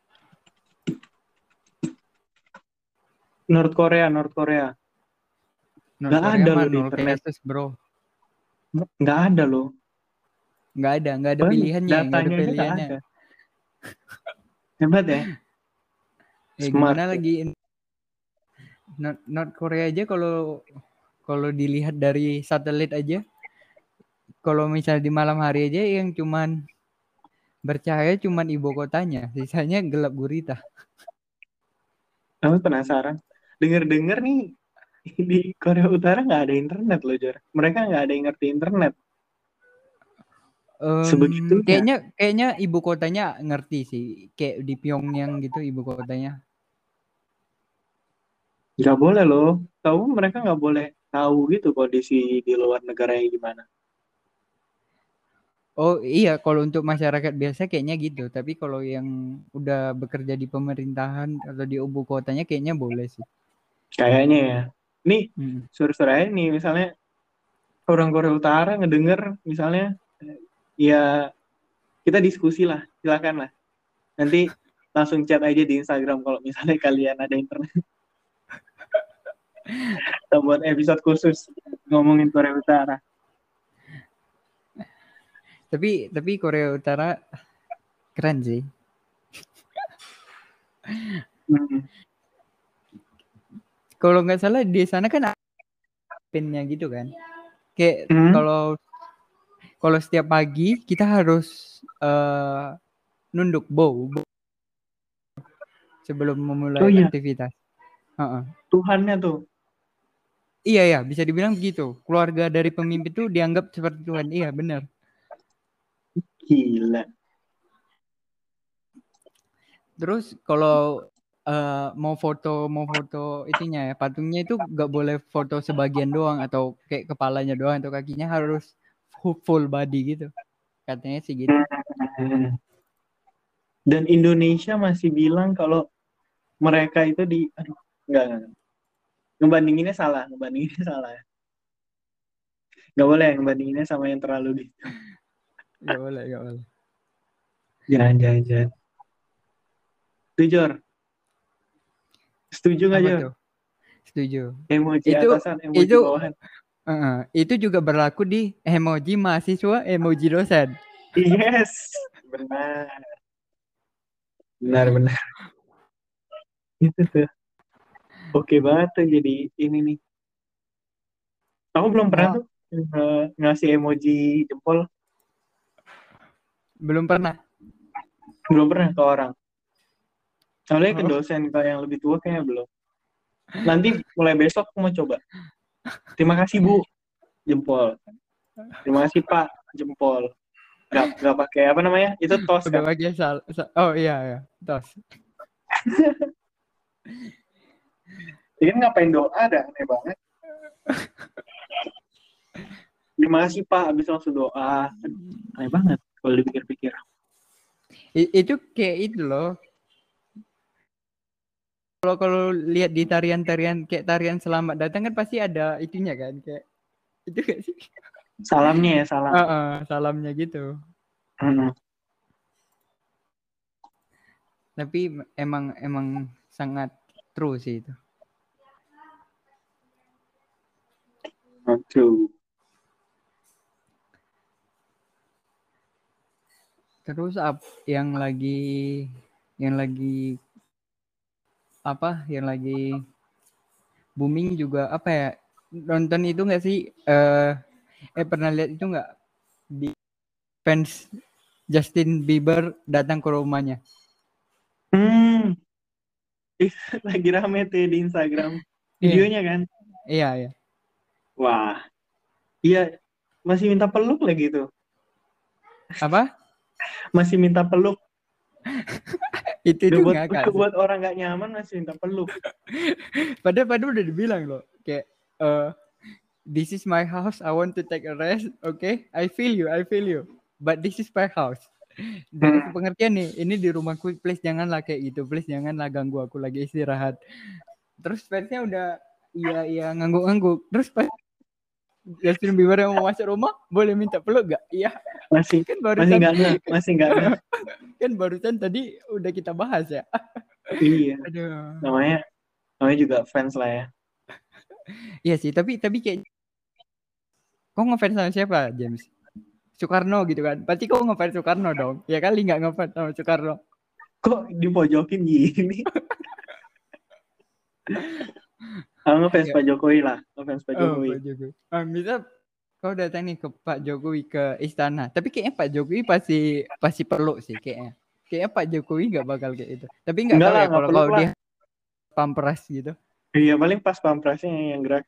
North Korea, North Korea. North Nggak Korea ada mah loh di nol internet. cases bro. Nggak ada loh. Nggak ada, nggak ada Bahkan pilihannya, nggak ada datanya aja nggak pilihannya. ada. Hebat ya. Ya Smart gimana ya. lagi North, North Korea aja kalau kalau dilihat dari satelit aja, kalau misalnya di malam hari aja yang cuman bercahaya cuman ibu kotanya, sisanya gelap gurita. Kamu penasaran? Dengar-dengar nih di Korea Utara nggak ada internet loh, Jor. Mereka nggak ada yang ngerti internet. Um, Sebegitunya. kayaknya kayaknya ibu kotanya ngerti sih, kayak di Pyongyang gitu ibu kotanya. Nggak boleh loh. Tahu mereka nggak boleh tahu gitu kondisi di luar negaranya gimana. Oh iya, kalau untuk masyarakat biasa kayaknya gitu. Tapi kalau yang udah bekerja di pemerintahan atau di ibu kotanya kayaknya boleh sih. Kayaknya ya. Nih, Hmm. sore-sore aja nih, misalnya orang Korea Utara ngedenger, misalnya, eh, ya kita diskusi lah, silakan lah. Nanti langsung chat aja di Instagram kalau misalnya kalian ada internet. Kita buat episode khusus ngomongin Korea Utara. Tapi tapi Korea Utara keren sih. Hmm. Kalau nggak salah di sana kan pinnya gitu kan. Kayak Hmm. kalau kalau setiap pagi kita harus uh, nunduk bow, bow sebelum Oh memulai iya, aktivitas. Uh-uh. Tuhannya tuh. Iya ya, bisa dibilang begitu. Keluarga dari pemimpin itu dianggap seperti Tuhan. Iya benar. Gila. Terus kalau uh, mau foto mau foto itunya ya patungnya itu nggak boleh foto sebagian doang atau kayak kepalanya doang atau kakinya harus full, full body gitu. Katanya sih gitu. Hmm. Dan Indonesia masih bilang kalau mereka itu di, aduh, enggak, enggak. Ngebandinginnya salah, ngebandinginnya salah. Nggak boleh ngebandinginnya sama yang terlalu gitu. Gak boleh, gak boleh. Jangan, jangan, jangan. Tuh, Jor. Setuju nggak, Apa Jor? tuh? Setuju. Emoji Itu atasan, emoji itu bawahan. uh, itu juga berlaku di emoji mahasiswa, emoji dosen. Yes, benar. Benar, benar. Itu tuh. Oke banget tuh jadi ini nih. Aku belum pernah Mau tuh eh, ngasih emoji jempol. belum pernah. Belum pernah ke orang. Soalnya ke Oh, dosen, ke yang lebih tua kayaknya belum. Nanti mulai besok aku mau coba. Terima kasih Bu, jempol. Terima kasih Pak, jempol. Nggak, nggak pakai apa namanya? Itu tos udah kan? pakai sal. sal- Oh iya ya, tos. Ini kan ngapain doa ada aneh banget. Terima kasih Pak, habis langsung doa. Aduh, aneh banget kalau dipikir-pikir. I- itu kayak itu loh. Kalau kalau lihat di tarian-tarian kayak tarian selamat datang kan pasti ada itunya kan kayak itu gak sih? Salamnya ya, salam. Uh-uh, salamnya gitu. Hmm. Tapi emang emang sangat true sih itu. True. Terus up yang lagi yang lagi apa yang lagi booming juga apa ya, nonton itu nggak sih eh eh pernah lihat itu nggak di fans Justin Bieber datang ke rumahnya. Hmm. Lagi rame tuh di Instagram. Iya Videonya kan? iya iya Wah, iya. Masih minta peluk lagi tuh. apa Masih minta peluk. itu Udah tuh buat, ngakak udah sih, buat orang nggak nyaman masih minta peluk. padahal padahal udah dibilang loh kayak eh this is my house, I want to take a rest, okay, I feel you I feel you but this is my house. Udah kasih pengertian nih, ini di rumahku, please janganlah kayak gitu, please janganlah ganggu aku lagi istirahat. Terus fansnya udah iya iya ngangguk-ngangguk. Terus pas Justin Bieber yang mau masuk rumah, boleh minta peluk gak? Iya. Masih Kan masih barusan nggak ngeh, masih nggak ngeh. kan barusan tadi udah kita bahas ya. Iya, Aduh. namanya namanya juga fans lah ya. Iya sih, tapi tapi kayak kok ngefans sama siapa, James? Soekarno gitu kan. Pasti kok ngefans Soekarno dong. Ya kali nggak ngefans sama Soekarno. Kok dipojokin gini? Aku ngefans Ya. Pak Jokowi lah, ngefans Pak Oh, Jokowi. Pak Jokowi. Ah, bisa kau datang nih ke Pak Jokowi ke istana. Tapi kayaknya Pak Jokowi pasti pasti peluk sih kayaknya. Kayaknya Pak Jokowi nggak bakal kayak itu. Tapi nggak Enggak tahu lah, ya nggak kalau peluk kau lah. dia pampres gitu. Iya, paling pas pampresnya yang gerak.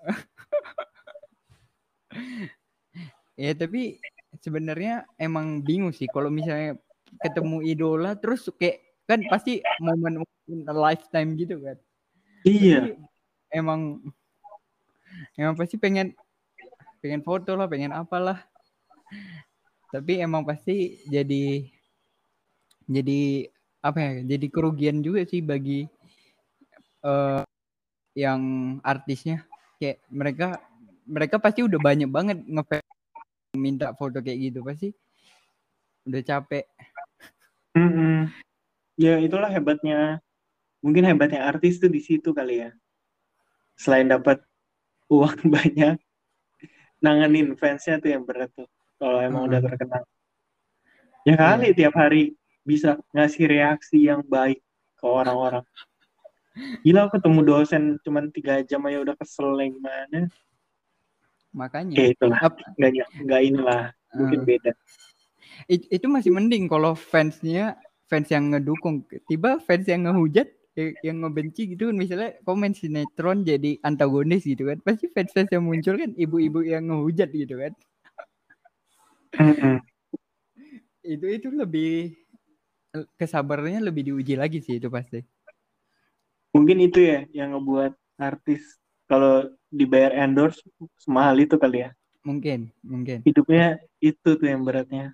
Ya tapi sebenarnya emang bingung sih kalau misalnya ketemu idola terus kayak kan pasti momen a lifetime gitu kan. Iya. Pasti emang emang pasti pengen pengen foto lah, pengen apalah. Tapi emang pasti jadi jadi apa ya? Jadi kerugian juga sih bagi uh, yang artisnya. Kayak mereka mereka pasti udah banyak banget ngefans minta foto kayak gitu pasti udah capek. Mm-mm. Ya itulah hebatnya. Mungkin hebatnya artis tuh di situ kali ya. Selain dapat uang banyak, nanganin fansnya tuh yang berat tuh. Kalau emang udah Uh-uh. terkenal. Ya kali Iya. tiap hari bisa ngasih reaksi yang baik ke orang-orang. Gila ketemu dosen cuman tiga jam aja udah kesel gimana. Ya Makanya itulah. Ap, Nggak, nggak inilah. Mungkin uh, beda. it, itu masih mending kalau fansnya fans yang ngedukung. Tiba fans yang ngehujat yang ngebenci gitu kan, misalnya komen sinetron jadi antagonis gitu kan, pasti fans-fans yang muncul kan ibu-ibu yang ngehujat gitu kan. Mm-mm. itu itu lebih kesabarannya lebih diuji lagi sih itu pasti. Mungkin itu ya yang ngebuat artis kalau dibayar endorse semahal itu kali ya. Mungkin mungkin Hidupnya itu tuh yang beratnya.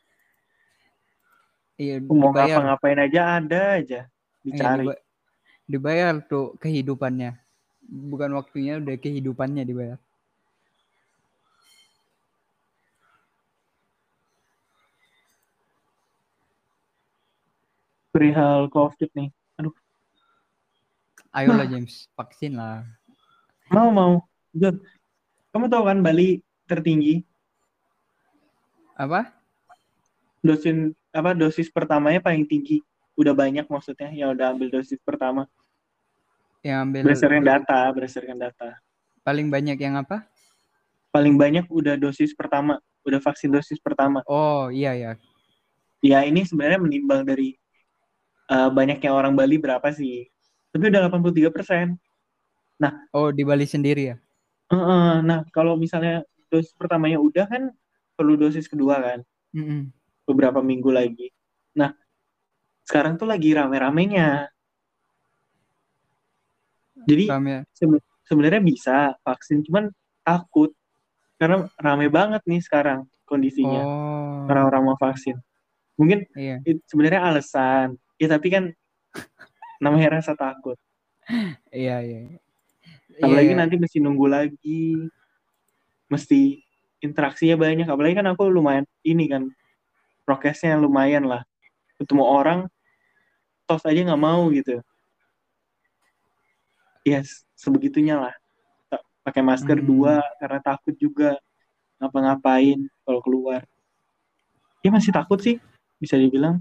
iya Mau dibayar. ngapa-ngapain aja ada aja Iya dicari. diba- dibayar tuh kehidupannya, bukan waktunya, udah kehidupannya dibayar. Perihal COVID nih. Aduh, Ayolah James, vaksin lah. mau mau. Jod, kamu tahu kan Bali tertinggi Apa dosis apa dosis pertamanya paling tinggi. Udah banyak maksudnya yang udah ambil dosis pertama. yang ambil Berdasarkan do- data, berdasarkan data. paling banyak yang apa? Paling banyak udah dosis pertama, udah vaksin dosis pertama. Oh iya ya. Ya ini sebenarnya menimbang dari uh, banyaknya orang Bali berapa sih? Tapi udah delapan puluh tiga persen. Nah, Oh di Bali sendiri ya. uh, uh, nah kalau misalnya dosis pertamanya udah kan perlu dosis kedua kan Mm-mm. beberapa minggu lagi. Nah, sekarang tuh lagi rame-ramenya. Jadi Rame. sebe- sebenarnya bisa vaksin, cuman takut karena rame banget nih sekarang kondisinya Oh orang-orang mau vaksin. Mungkin iya it- sebenarnya alasan, ya tapi kan namanya rasa takut. iya iya iya Apalagi iya. nanti mesti nunggu lagi, mesti interaksinya banyak. Apalagi kan aku lumayan ini kan, prokesnya lumayan lah. Ketemu orang, tos aja nggak mau gitu. Ya sebegitunya lah. Tak- Pakai masker dua Hmm, karena takut juga ngapa-ngapain kalau keluar. Ya masih takut sih, bisa dibilang.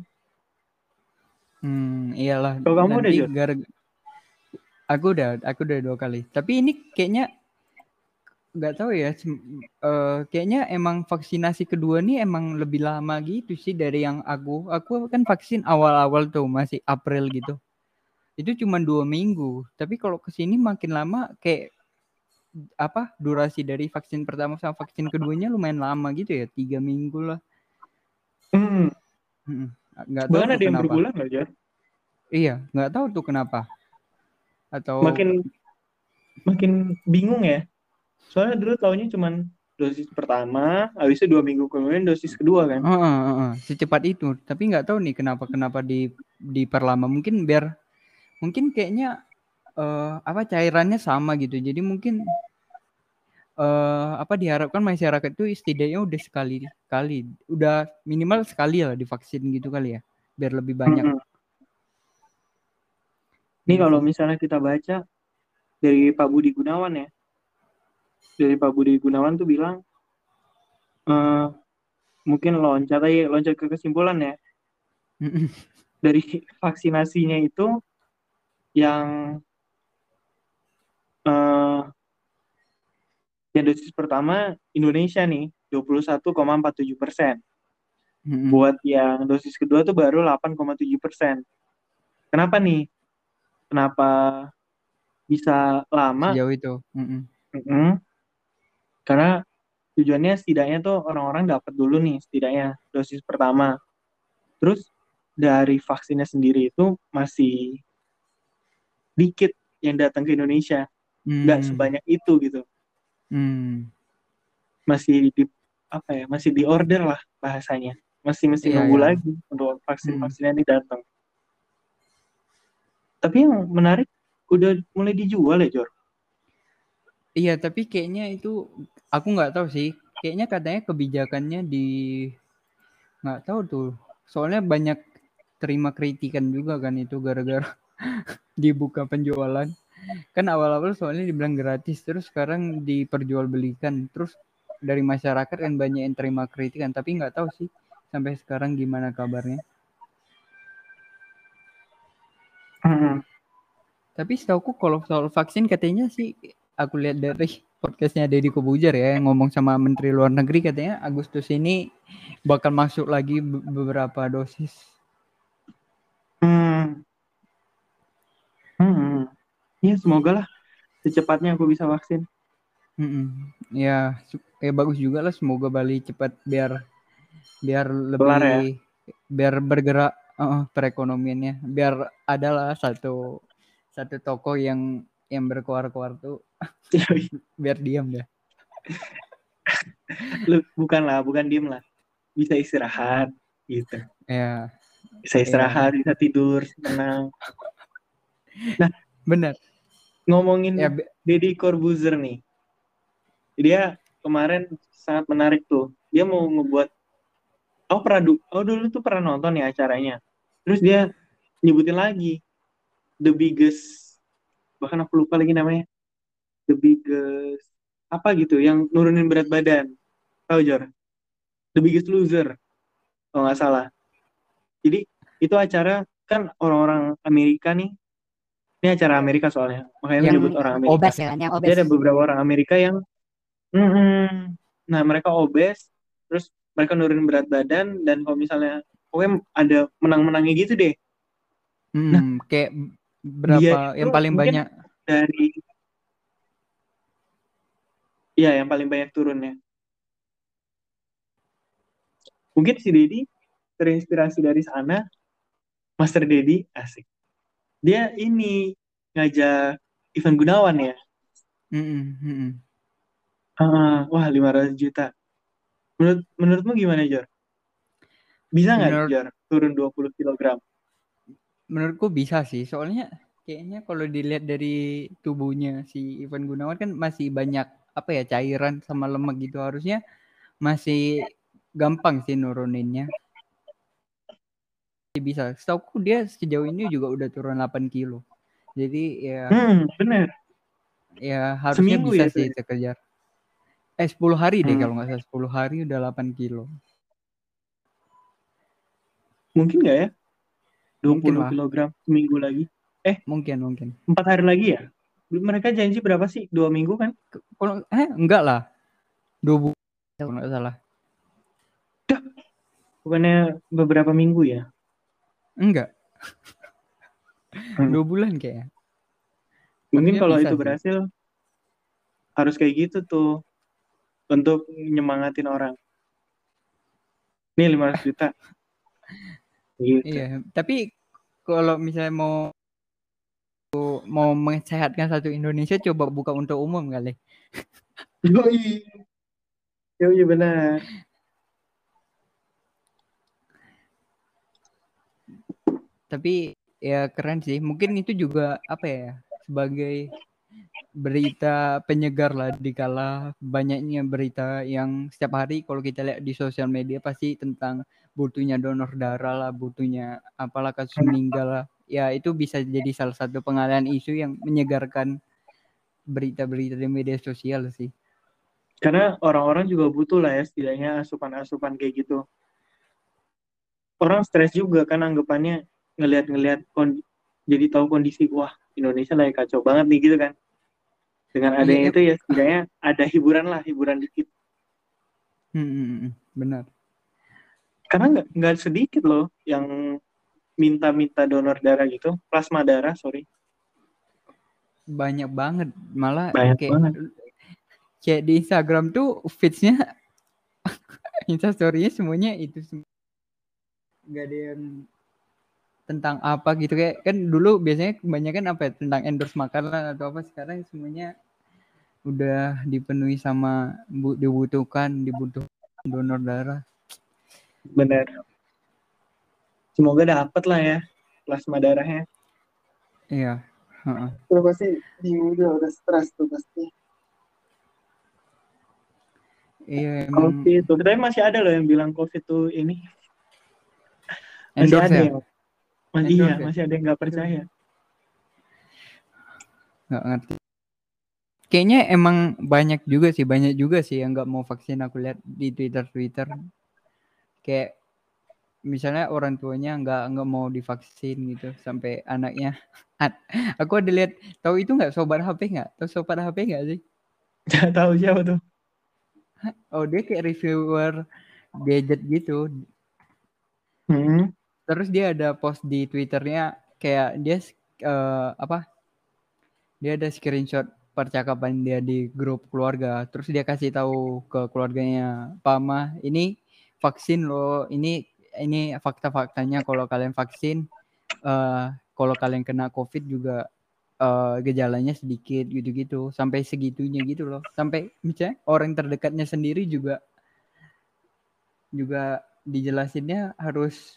hmm, iyalah Kalau kamu udah nanti Jod? gar aku udah aku udah dua kali. Tapi ini kayaknya nggak tahu ya. sem- eh, kayaknya emang vaksinasi kedua nih emang lebih lama gitu sih dari yang aku. Aku kan vaksin awal-awal tuh masih April gitu. Itu cuma dua minggu. Tapi kalau kesini makin lama kayak apa durasi dari vaksin pertama sama vaksin keduanya lumayan lama gitu ya, tiga minggu lah. Hmm, Mm-mm. Nggak tahu bahkan tuh ada yang kenapa. berbulan loh Jod. Iya, nggak tahu tuh kenapa. Atau Makin makin bingung ya. Soalnya dulu taunya cuman dosis pertama, habis itu dua minggu kemudian dosis kedua kan. Uh, uh, uh, uh. Secepat itu. Tapi nggak tahu nih kenapa kenapa di diperlama. Mungkin biar mungkin kayaknya uh, apa cairannya sama gitu. Jadi mungkin uh, apa diharapkan masyarakat itu setidaknya udah sekali kali, udah minimal sekali lah divaksin gitu kali ya, biar lebih banyak. Mm-mm. Ini Iya kalau sih. misalnya kita baca dari Pak Budi Gunawan ya, dari Pak Budi Gunawan tuh bilang eh, mungkin loncat aja, loncat ke kesimpulan ya, dari vaksinasinya itu yang eh, yang dosis pertama Indonesia nih dua puluh satu koma empat tujuh persen. Buat yang dosis kedua tuh baru delapan koma tujuh persen. Kenapa nih? Kenapa bisa lama? Sejauh itu. Mm-mm. Mm-mm. Karena tujuannya setidaknya tuh orang-orang dapat dulu nih setidaknya dosis pertama. Terus dari vaksinnya sendiri itu masih dikit yang datang ke Indonesia, nggak Hmm. sebanyak itu gitu. Hmm. Masih di apa ya? Masih di order lah bahasanya. Masih mesti Iya nunggu ya. lagi untuk Hmm. vaksin-vaksinnya ini datang. Tapi yang menarik udah mulai dijual ya, Jor. Iya, tapi kayaknya itu aku nggak tahu sih. Kayaknya katanya kebijakannya di nggak tahu tuh. Soalnya banyak terima kritikan juga kan itu gara-gara dibuka penjualan. Kan awal-awal soalnya dibilang gratis, terus sekarang diperjualbelikan. Terus dari masyarakat kan banyak yang terima kritikan, tapi nggak tahu sih sampai sekarang gimana kabarnya. Hmm. Tapi setauku kalau soal vaksin katanya sih aku lihat dari podcastnya Deddy Kobujar ya yang ngomong sama Menteri Luar Negeri katanya Agustus ini bakal masuk lagi beberapa dosis. Hmm. Hmm. Ya semoga lah secepatnya aku bisa vaksin. Mm-mm. Ya, ya bagus juga lah semoga Bali cepat biar biar Kelar ya. lebih biar bergerak uh, perekonomiannya biar adalah satu satu toko yang yang berkuar-kuar tuh biar diam deh. Lu bukan lah, bukan diem lah. Bisa istirahat gitu. Ya, Bisa istirahat, ya, bisa tidur, tenang. Nah, benar. ngomongin Ya, Deddy Corbuzier nih. Dia kemarin sangat menarik tuh. Dia mau ngebuat, oh pernah du- oh dulu tuh pernah nonton ya acaranya. Terus dia nyebutin lagi the biggest, bahkan aku lupa lagi namanya, the biggest apa gitu yang nurunin berat badan. Tahu Jor? The Biggest Loser kalau nggak salah. Jadi itu acara kan orang-orang Amerika nih. Ini acara Amerika soalnya, makanya yang menyebut orang Amerika. obes ya kan, yang Jadi obes. ada beberapa orang Amerika yang, mm-mm. Nah mereka obes, terus mereka nurunin berat badan dan kalau misalnya, pokoknya ada menang-menangnya gitu deh. Nah Hmm, kayak dia berapa itu yang paling mungkin banyak? dari, ya yang paling banyak turunnya. Mungkin si Dedi terinspirasi dari sana, Master Dedi, asik. Dia ini ngajak Ivan Gunawan ya. Mm-mm, mm-mm. Ah, wah lima ratus juta. Menurut menurutmu gimana Jor? Bisa nggak Menurut Jor turun dua puluh kilogram? menurutku bisa sih. Soalnya kayaknya kalau dilihat dari tubuhnya si Ivan Gunawan kan masih banyak apa ya cairan sama lemak gitu. Harusnya masih gampang sih nuruninnya. Bisa. Setauku dia sejauh ini juga udah turun delapan kilo. Jadi ya Hmm, bener. ya harusnya Seminggu bisa ya itu sih ya? terkejar. Eh sepuluh hari deh Hmm. kalau nggak salah sepuluh hari udah delapan kilo. Mungkin nggak ya? dua Mungkin puluh lah. kilogram seminggu lagi. Eh, Mungkin mungkin. empat hari lagi ya? Mereka janji berapa sih? Dua minggu kan? Kalau eh enggak lah. Dua bulan kalau nggak salah. Bukannya beberapa minggu ya? Enggak. Hmm. Dua bulan kayaknya. Mungkin Harusnya kalau bisa itu sih. berhasil, harus kayak gitu tuh. Untuk nyemangatin orang. Nih lima ratus juta. Gitu. Iya. Tapi kalau misalnya mau mau mensehatkan satu Indonesia coba buka untuk umum kali. Yoi. Iya benar. Tapi ya keren sih. Mungkin itu juga apa ya, sebagai berita penyegar lah di kala banyaknya berita yang setiap hari kalau kita lihat di sosial media pasti tentang butuhnya donor darah lah, butuhnya apalah kasus meninggal lah. Ya itu bisa jadi salah satu pengalihan isu yang menyegarkan berita-berita di media sosial sih. Karena orang-orang juga butuh lah ya setidaknya asupan-asupan kayak gitu. Orang stres juga kan anggapannya ngelihat-ngelihat kondi- jadi tahu kondisi wah Indonesia lagi kacau banget nih gitu kan. Dengan Iya, adanya eh, itu ya setidaknya ada hiburan lah, hiburan dikit. hmm, hmm, hmm, benar. Karena nggak nggak sedikit loh yang minta-minta donor darah gitu, plasma darah, sorry. Banyak banget, malah Banyak kayak banget. kayak di Instagram tuh feeds-nya Instastory-nya semuanya itu semua. Gak ada yang tentang apa gitu, kayak kan dulu biasanya kebanyakan apa ya, tentang endorse makanan atau apa, sekarang semuanya udah dipenuhi sama bu, dibutuhkan dibutuhkan donor darah. Bener. Semoga dapet lah ya plasma darahnya. Iya, heeh. Udah pasti bingung juga, udah stres tuh pasti. Iya emang COVID tuh, tapi masih ada loh yang bilang COVID tuh ini. Masih endorse ada ya, yang, mas, iya, endorse ya. masih ada yang nggak Aduh, percaya. nggak ngerti. Kayaknya emang banyak juga sih, banyak juga sih yang nggak mau vaksin. Aku lihat di Twitter Twitter kayak misalnya orang tuanya nggak nggak mau divaksin gitu sampai anaknya. Aku ada lihat, tahu itu nggak sobat H P, nggak tahu sobat H P nggak sih? Nggak tahu siapa tuh. Oh dia kayak reviewer gadget gitu. Hmm. Terus dia ada post di Twitternya kayak dia uh, apa? Dia ada screenshot percakapan dia di grup keluarga. Terus dia kasih tahu ke keluarganya, "Pama, ini vaksin loh. Ini ini fakta-faktanya kalau kalian vaksin, uh, kalau kalian kena COVID juga uh, gejalanya sedikit gitu-gitu." Sampai segitunya gitu loh. Sampai misalnya orang terdekatnya sendiri juga juga dijelasinnya harus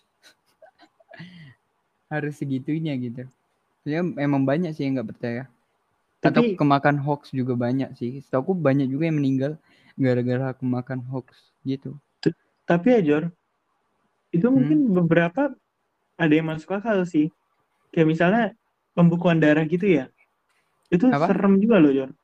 harus segitunya gitu. Ya memang banyak sih yang nggak percaya. Atau Tapi kemakan hoax juga banyak sih. Setahu banyak juga yang meninggal gara-gara kemakan hoax gitu. t- tapi ya Jor, itu Hmm? mungkin beberapa ada yang masuk akal sih. Kayak misalnya pembekuan darah gitu ya. Itu Apa? serem juga loh Jor.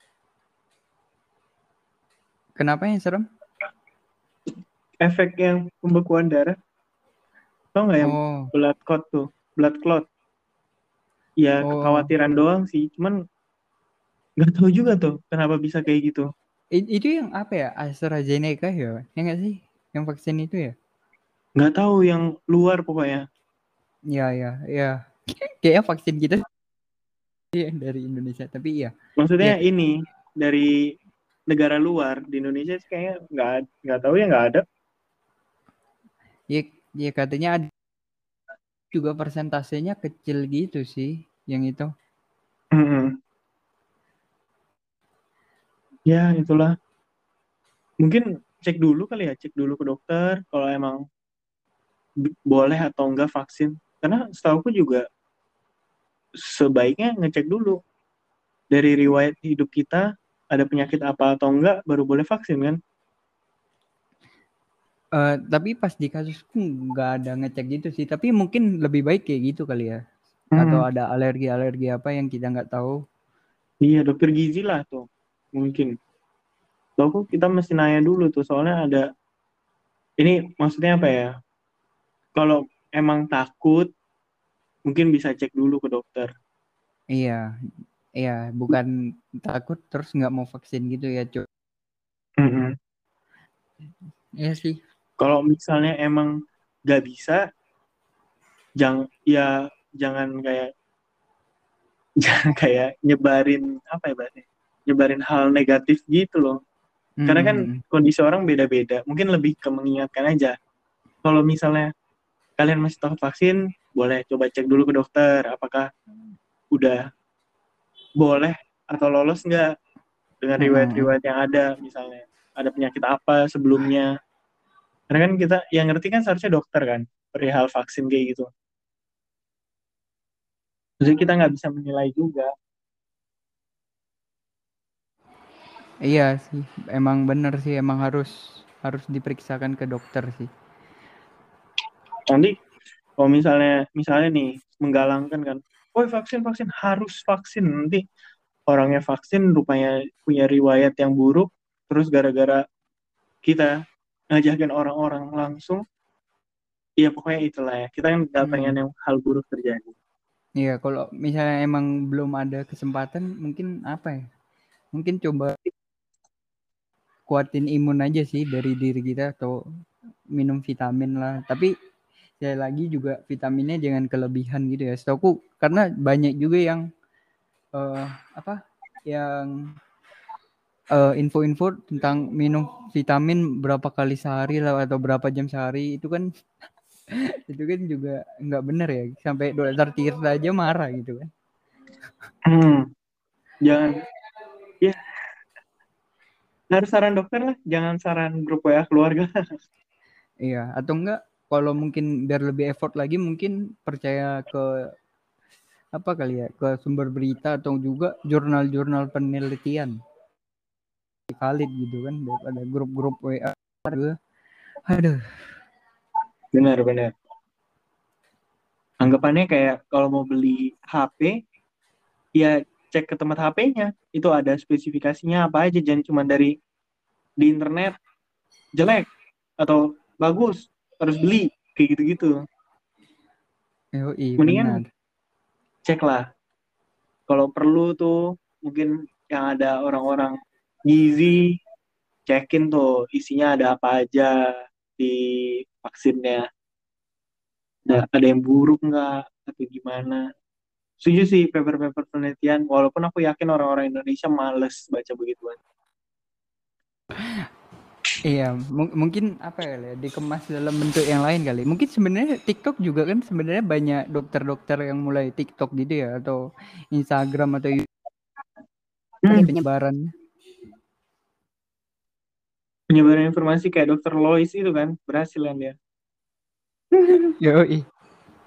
Kenapa yang serem? Efek yang pembekuan darah, tau nggak yang Oh, blood clot tuh, blood clot. Ya oh, kekhawatiran doang sih, cuman nggak tahu juga tuh kenapa bisa kayak gitu. I- itu yang apa ya? AstraZeneca ya? Ya nggak sih? Yang vaksin itu ya? Nggak tahu yang luar pokoknya. Ya, ya, ya. Kayaknya vaksin kita sih yang dari Indonesia. Tapi iya, Maksudnya ya, ini dari negara luar di Indonesia sih kayaknya nggak nggak tahu ya nggak ada. ya, ya katanya ada juga persentasenya kecil gitu sih, yang itu. Mm-mm. Ya itulah. Mungkin cek dulu kali ya, cek dulu ke dokter kalau emang b- boleh atau enggak vaksin. Karena setahuku juga sebaiknya ngecek dulu dari riwayat hidup kita ada penyakit apa atau enggak baru boleh vaksin kan. Eh, tapi pas di kasusku nggak ada ngecek gitu sih. Tapi mungkin lebih baik kayak gitu kali ya. Atau Hmm. ada alergi-alergi apa yang kita nggak tahu. Iya dokter gizi lah tuh mungkin. Setahuku kita mesti nanya dulu tuh soalnya ada ini maksudnya apa ya? Kalau emang takut mungkin bisa cek dulu ke dokter. Iya, iya, bukan takut terus nggak mau vaksin gitu ya, Cuk. Mm-mm. Iya sih. Kalau misalnya emang nggak bisa, jangan ya jangan kayak jangan kayak nyebarin apa ya bahasanya, nyebarin hal negatif gitu loh. Karena kan Mm-mm. kondisi orang beda-beda. Mungkin lebih ke mengingatkan aja. Kalau misalnya kalian masih takut vaksin, boleh coba cek dulu ke dokter apakah udah boleh atau lolos nggak dengan Mm-mm. riwayat-riwayat yang ada misalnya. ada penyakit apa sebelumnya. Karena kan kita yang ngerti kan seharusnya dokter kan perihal vaksin kayak gitu. Jadi kita nggak bisa menilai juga. Iya sih, emang bener sih, emang harus harus diperiksakan ke dokter sih. Nanti kalau misalnya misalnya nih menggalangkan kan, oh vaksin vaksin harus vaksin, nanti orangnya vaksin rupanya punya riwayat yang buruk, terus gara-gara kita ngajakin orang-orang langsung, ya pokoknya itulah ya, kita kan nggak pengen Hmm. yang hal buruk terjadi. Iya, kalau misalnya emang belum ada kesempatan, mungkin apa ya? Mungkin coba kuatin imun aja sih dari diri kita atau minum vitamin lah. Tapi sekali lagi juga vitaminnya jangan kelebihan gitu ya. Setahu karena banyak juga yang uh, apa? Yang uh, info-info tentang minum vitamin berapa kali sehari lah atau berapa jam sehari itu kan itu kan juga nggak benar ya. Sampai dokter Tirta aja marah gitu kan. Hmm, jangan, ya harus saran dokter lah, jangan saran grup W A keluarga. Iya, atau enggak kalau mungkin biar lebih effort lagi mungkin percaya ke apa kali ya, ke sumber berita atau juga jurnal-jurnal penelitian valid gitu kan daripada grup-grup W A juga. Aduh. Benar-benar. Anggapannya kayak kalau mau beli H P, ya cek ke tempat H P-nya. Itu ada spesifikasinya apa aja, jangan cuma dari di internet jelek atau bagus harus beli kayak gitu-gitu. Yoi, Mendingan benar. cek lah. Kalau perlu tuh mungkin yang ada orang-orang gizi, cekin tuh isinya ada apa aja di vaksinnya. Ada, ada yang buruk nggak atau gimana. Setuju sih paper-paper penelitian, walaupun aku yakin orang-orang Indonesia males baca begituan. Iya, m- mungkin apa ya, Le, dikemas dalam bentuk yang lain kali. Mungkin sebenarnya TikTok juga kan sebenarnya banyak dokter-dokter yang mulai TikTok gitu ya atau Instagram atau YouTube Hmm, penyebaran. penyebaran informasi kayak dokter Lois itu kan berhasil kan dia. Yoi.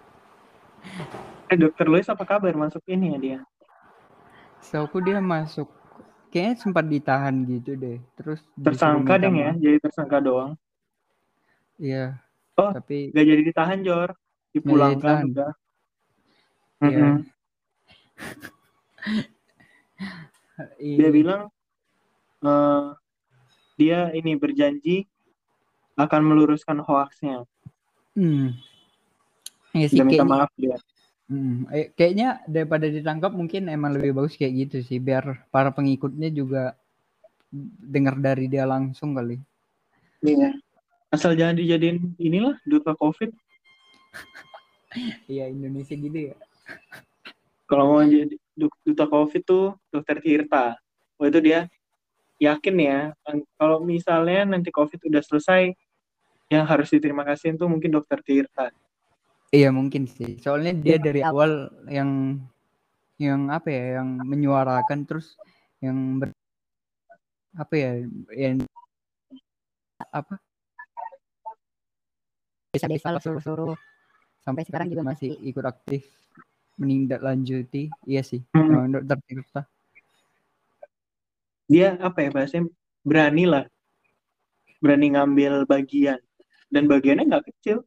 Eh dokter Lois apa kabar masuk ini ya dia? So aku dia masuk kayaknya sempat ditahan gitu deh. Terus disuruh Tersangka minta deh ya, maaf. jadi tersangka doang. Iya, Oh, tapi gak jadi ditahan Jor, nggak jadi dipulangkan ditahan. udah. Iya. Mm-mm. Dia I, bilang eh, dia ini berjanji akan meluruskan hoaxnya. hmm. Iya sih Udah minta kayaknya. maaf dia. Hmm, eh, kayaknya daripada ditangkap mungkin emang lebih bagus kayak gitu sih biar para pengikutnya juga dengar dari dia langsung kali. Iya. Asal jangan dijadiin inilah duta COVID. Iya Indonesia gitu ya. Kalau mau jadi du- duta COVID tuh dokter Tirta. Oh itu dia yakin ya. Kalau misalnya nanti COVID udah selesai, yang harus diterima kasih itu mungkin dokter Tirta. Iya mungkin sih. Soalnya dia dari awal yang yang apa ya, yang menyuarakan terus yang ber, apa ya, yang apa desa-desa lah suruh-suruh sampai sekarang juga masih ikut aktif menindaklanjuti. Iya sih. Hmm. Emang dokter Tirta. Dia apa ya bahasanya berani lah, berani ngambil bagian dan bagiannya nggak kecil.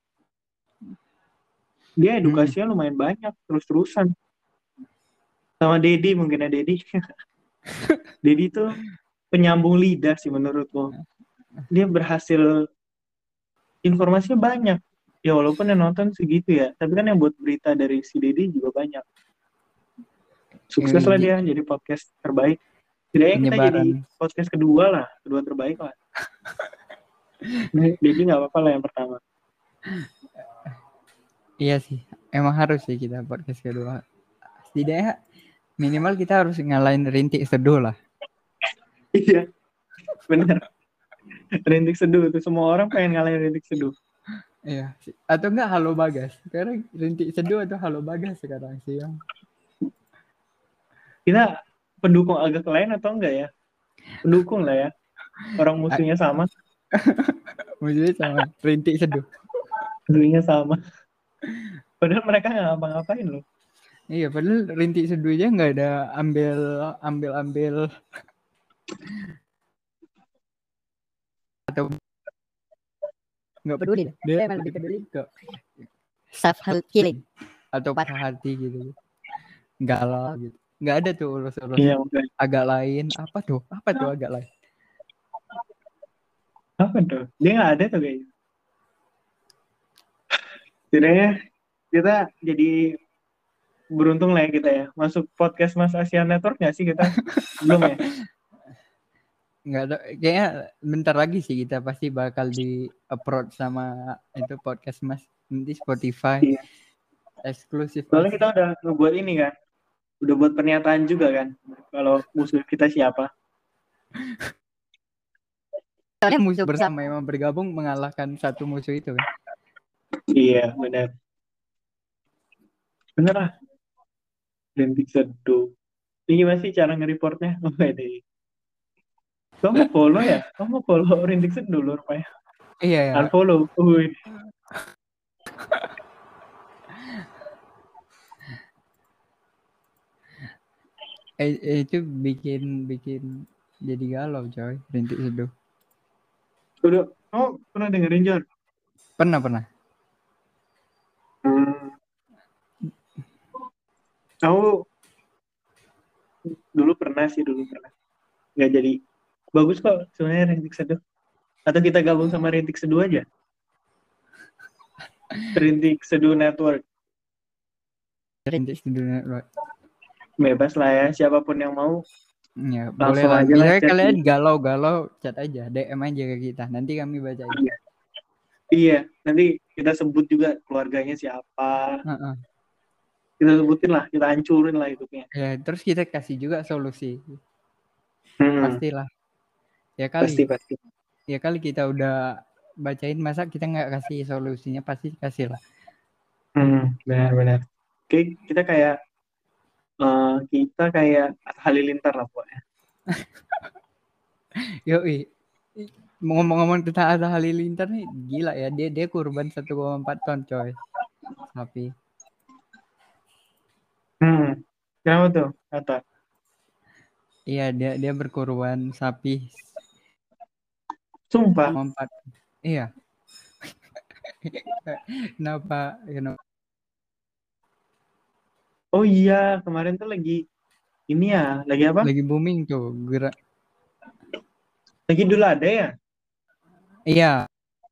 Dia Hmm. edukasinya lumayan banyak terus-terusan. Sama Dedi mungkin ya Dedi. Dedi tuh penyambung lidah sih menurutku. Dia berhasil informasinya banyak. Ya walaupun yang nonton segitu ya, tapi kan yang buat berita dari si Dedi juga banyak. Sukses lah dia jadi podcast terbaik. Setidaknya kita jadi Penyebaran. podcast kedua lah, kedua terbaik lah. Dedi nggak apa-apa lah yang pertama. Iya sih. Emang harus sih kita podcast kedua. Setidaknya minimal kita harus ngalahin rintik seduh lah. Iya, bener. Rintik seduh tuh semua orang pengen ngalahin rintik seduh. Iya. Atau enggak Halo Bagas. Sekarang rintik seduh atau Halo Bagas sekarang sih yang. Kita pendukung agak lain atau enggak ya? Pendukung lah ya. Orang musuhnya sama, Musuhnya sama, rintik seduh. musuhnya sama. Padahal mereka nggak ngapa-ngapain loh. Iya, padahal rintik seduhnya nggak ada ambil ambil ambil atau nggak peduli, dia emang lebih peduli ke self healing atau patah hati gitu, galau gitu. Nggak ada tuh urus-urus Iya, udah. agak lain. Apa tuh? Apa tuh agak lain? Apa tuh? Dia nggak ada tuh kayaknya. Setidaknya kita jadi beruntung lah ya kita ya. Masuk podcast Mas Asia Network nggak sih kita? Belum ya? Nggak ada, kayaknya bentar lagi sih kita pasti bakal di approach sama itu podcast Mas, nanti Spotify Iya. eksklusif Soalnya pasti. kita udah ngebuat ini kan. Udah buat pernyataan juga kan. Kalau musuh kita siapa. Soalnya musuh bersama yang bergabung mengalahkan satu musuh itu kan. Iya, benar. Bener lah. Rintik seduh. Ini gimana sih cara nge-reportnya? Oh, ini. Kamu follow ya? Kamu follow Rintik seduh loh rupanya. Iya ya. Unfollow. Uy. Eh, eh, itu bikin bikin jadi galau coy, rintik seduh. Udah, oh pernah dengerin John? Pernah pernah. Hmm. Aku dulu pernah sih, dulu pernah. Nggak jadi. Bagus kok sebenarnya Rintik seduh. Atau kita gabung sama Rintik seduh aja. Rintik seduh Network. Rintik seduh. Bebas lah ya, siapapun yang mau. Ya, boleh Langsung lah. aja lah Misalnya chat kalian di. galau-galau, chat aja, D M aja ke kita. Nanti kami bacain. Iya. Iya, nanti kita sebut juga keluarganya siapa. Uh-uh. Kita sebutin lah, kita hancurin lah hidupnya. Ya, terus kita kasih juga solusi. Hmm, Pastilah. Ya kali. pasti pasti. Ya kali kita udah bacain, masa kita nggak kasih solusinya, pasti kasih lah. Hmm, benar-benar. Oke, kita kayak uh, kita kayak Atta Halilintar lah pokoknya. Yoi. Ngomong-ngomong tentang Atta Halilintar nih, gila ya, dia dia kurban satu koma empat ton coy, sapi. Hmm, kenapa tuh Atta? Iya, dia dia berkorban sapi Sumpah. empat. Iya. Kenapa? Kenapa? Oh iya, kemarin tuh lagi ini ya, lagi apa? Lagi booming tuh gerak. Lagi dulu ada ya? Iya.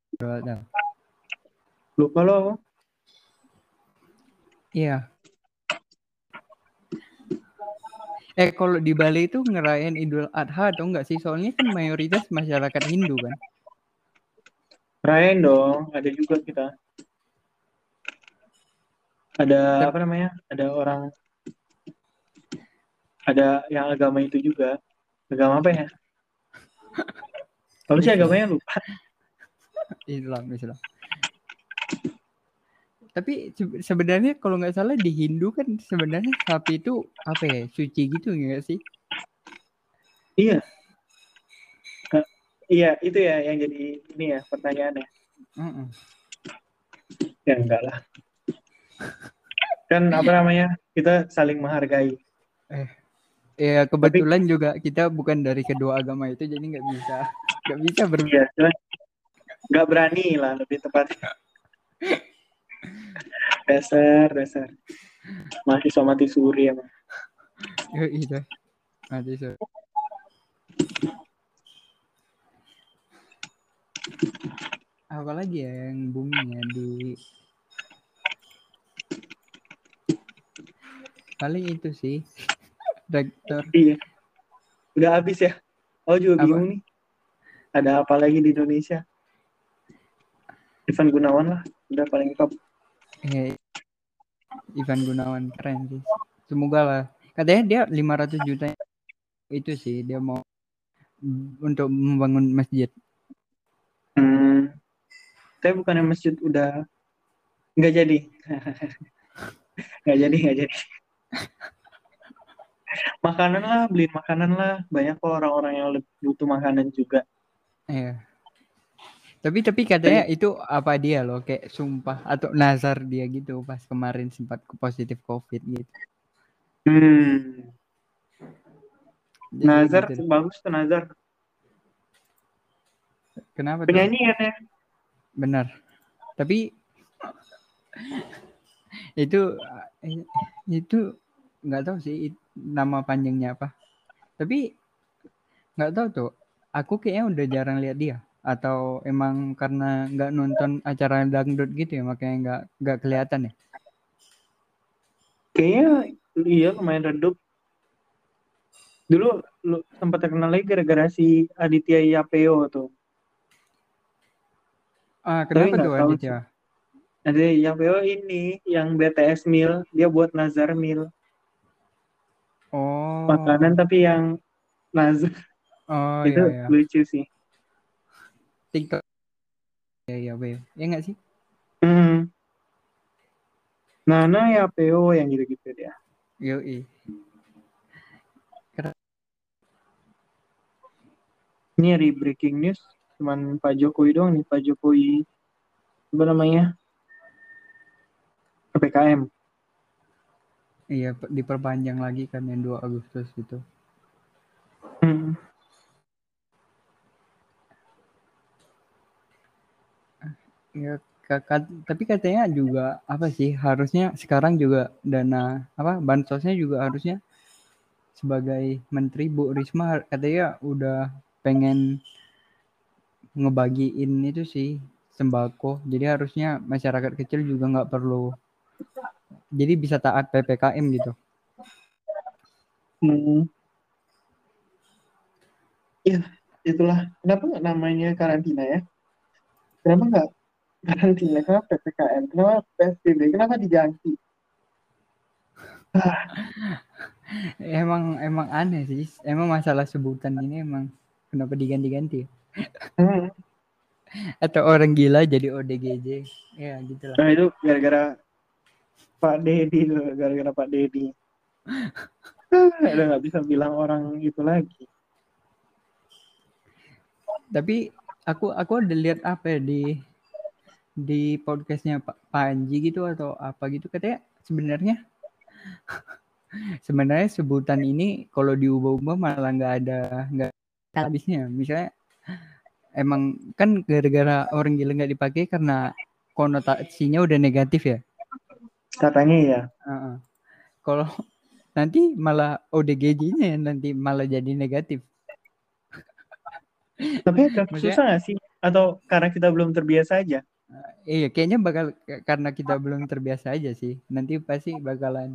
Lupa loh. Iya. Eh kalau di Bali itu ngerayain Idul Adha atau enggak sih? Soalnya kan mayoritas masyarakat Hindu kan. Rayain dong, ada juga kita. Ada Tapi, apa namanya? Ada orang, ada yang agama itu juga. Agama apa ya? Kalau sih Islam. agamanya lupa. Islam, Islam. Tapi sebenarnya kalau nggak salah di Hindu kan sebenarnya sapi itu apa ya, suci gitu nggak sih? Iya. Iya, itu ya yang jadi ini ya pertanyaannya. Uh-uh. Ya enggak lah. Kan apa namanya? Kita saling menghargai. Eh, ya kebetulan Tapi, juga kita bukan dari kedua agama itu, jadi nggak bisa nggak bisa ber. Iya, nggak berani lah lebih tepatnya. dasar dasar mahasiswa mati suri emang. Yo itu mati suri. Apa lagi ya yang booming ya di paling itu sih rektor. Iya, udah habis ya. Oh juga Apa? bingung nih. Ada apa lagi di Indonesia? Ivan Gunawan lah, udah paling top. Eh, Ivan Gunawan keren sih. Semoga lah. Katanya dia lima ratus juta itu sih dia mau untuk membangun masjid. Hmm. Tapi bukannya masjid udah nggak jadi. nggak jadi, nggak jadi. Makanan lah, beliin makanan lah. Banyak kok orang-orang yang lebih butuh makanan juga. Iya. Tapi tapi katanya Banyak. itu apa dia loh kayak sumpah atau nazar dia gitu pas kemarin sempat positif COVID gitu. Hmm. Jadi kayak Nazar gitu deh. bagus tuh Nazar. Kenapa tuh? Penyanyi kan ya. Benar. Tapi itu eh, itu nggak tahu sih it- nama panjangnya apa. Tapi nggak tahu tuh. Aku kayaknya udah jarang lihat dia. Atau emang karena nggak nonton acara dangdut gitu ya makanya nggak nggak kelihatan ya. Kayaknya iya lumayan redup. Dulu lu sempat terkenal lagi gara-gara si Aditya Yapeo tuh. Ah Tapi kenapa nggak tuh tahu sih. Aditya? Aditya Yapeo ini yang B T S Meal, dia buat Nazar Meal. Makanan Oh, tapi yang Nazar oh itu ya ya. lucu sih. TikTok ya ya Beo. Ya nggak sih? Hmm. Nana Yapeo yang gitu-gitu dia. Yoi. Keren. Ini hari breaking news cuman Pak Jokowi doang nih, Pak Jokowi apa namanya? P P K M. Iya diperpanjang lagi kan yang dua Agustus gitu. Hmm. Ya ka- tapi katanya juga apa sih harusnya sekarang juga dana apa bansosnya juga harusnya sebagai menteri Bu Risma katanya udah pengen ngebagiin itu sih sembako. Jadi harusnya masyarakat kecil juga nggak perlu jadi bisa taat P P K M gitu. Hmm. Ya, itulah. Kenapa nggak namanya karantina ya? Kenapa nggak karantina? Kenapa P P K M? Kenapa P S B B? Kenapa diganti? Ah, Emang emang aneh sih. Emang masalah sebutan ini emang kenapa diganti-ganti? Ya? hmm. Atau orang gila jadi O D G J? Ya gitulah. Nah itu gara-gara Pak Dedi tuh, gara-gara Pak Dedi. Ah, udah nggak bisa bilang orang itu lagi. Tapi aku aku udah lihat apa ya di di podcastnya Pak Panji gitu atau apa gitu katanya sebenarnya sebenarnya sebutan ini kalau diubah-ubah malah nggak ada nggak ada habisnya. Misalnya emang kan gara-gara orang gila nggak dipakai karena konotasinya udah negatif ya. Katanya ya. Uh-uh. Kalau nanti malah O D G J-nya yang nanti malah jadi negatif. Tapi agak Maksudnya susah nggak sih? Atau karena kita belum terbiasa aja? iya kayaknya bakal karena kita belum terbiasa aja sih. Nanti pasti bakalan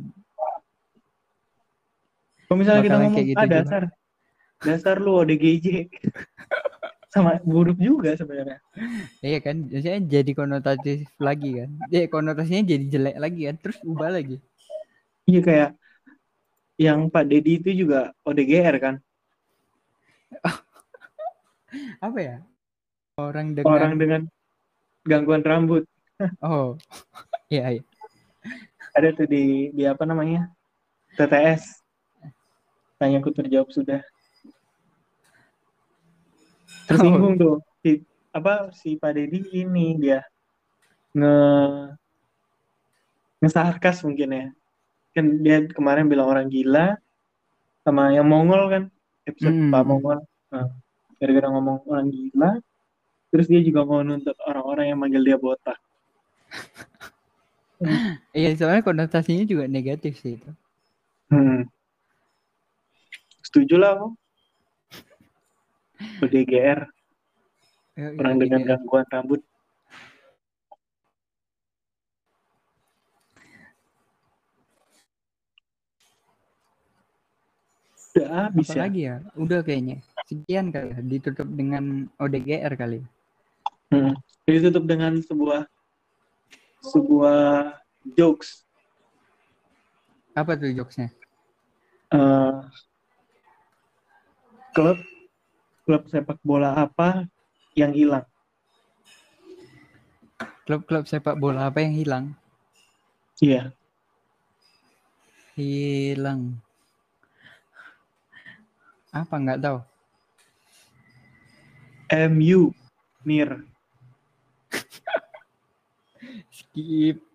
Kalau misalnya kita bakalan ngomong, kayak ah gitu juga. dasar, dasar lu O D G J. Sama buruk juga sebenarnya. Iya kan, biasanya jadi konotatif lagi kan. Ya konotasinya jadi jelek lagi kan, terus ubah lagi. Iya kayak yang Pak Dedi itu juga O D G R kan. Apa ya? Orang Orang dengan dengan gangguan rambut. oh, iya iya. Ada tuh di, di apa namanya? T T S. Tanyaku terjawab sudah. Tersinggung Oh, tuh. Si, apa si Pak Dedi ini dia nge ngesarkas mungkin ya. Kan dia kemarin bilang orang gila sama yang Mongol kan. Episode Pak mm, Mongol. Nah, gara-gara ngomong orang gila, terus dia juga mau nuntut orang-orang yang manggil dia botak. iya soalnya konotasinya juga negatif sih itu. Hmm, setuju lah aku. O D G R, Ya, orang dengan O D G R. gangguan rambut. Udah habis ya. Apalagi ya? Udah kayaknya. Sekian kali ya, ditutup dengan O D G R kali. Ya. Hmm. Ditutup dengan sebuah sebuah jokes. Apa tuh jokesnya? Eh, klub klub sepak bola apa yang hilang? Klub-klub sepak bola apa yang hilang? Iya. Hilang. Apa nggak tahu? M U. Mir. Skip.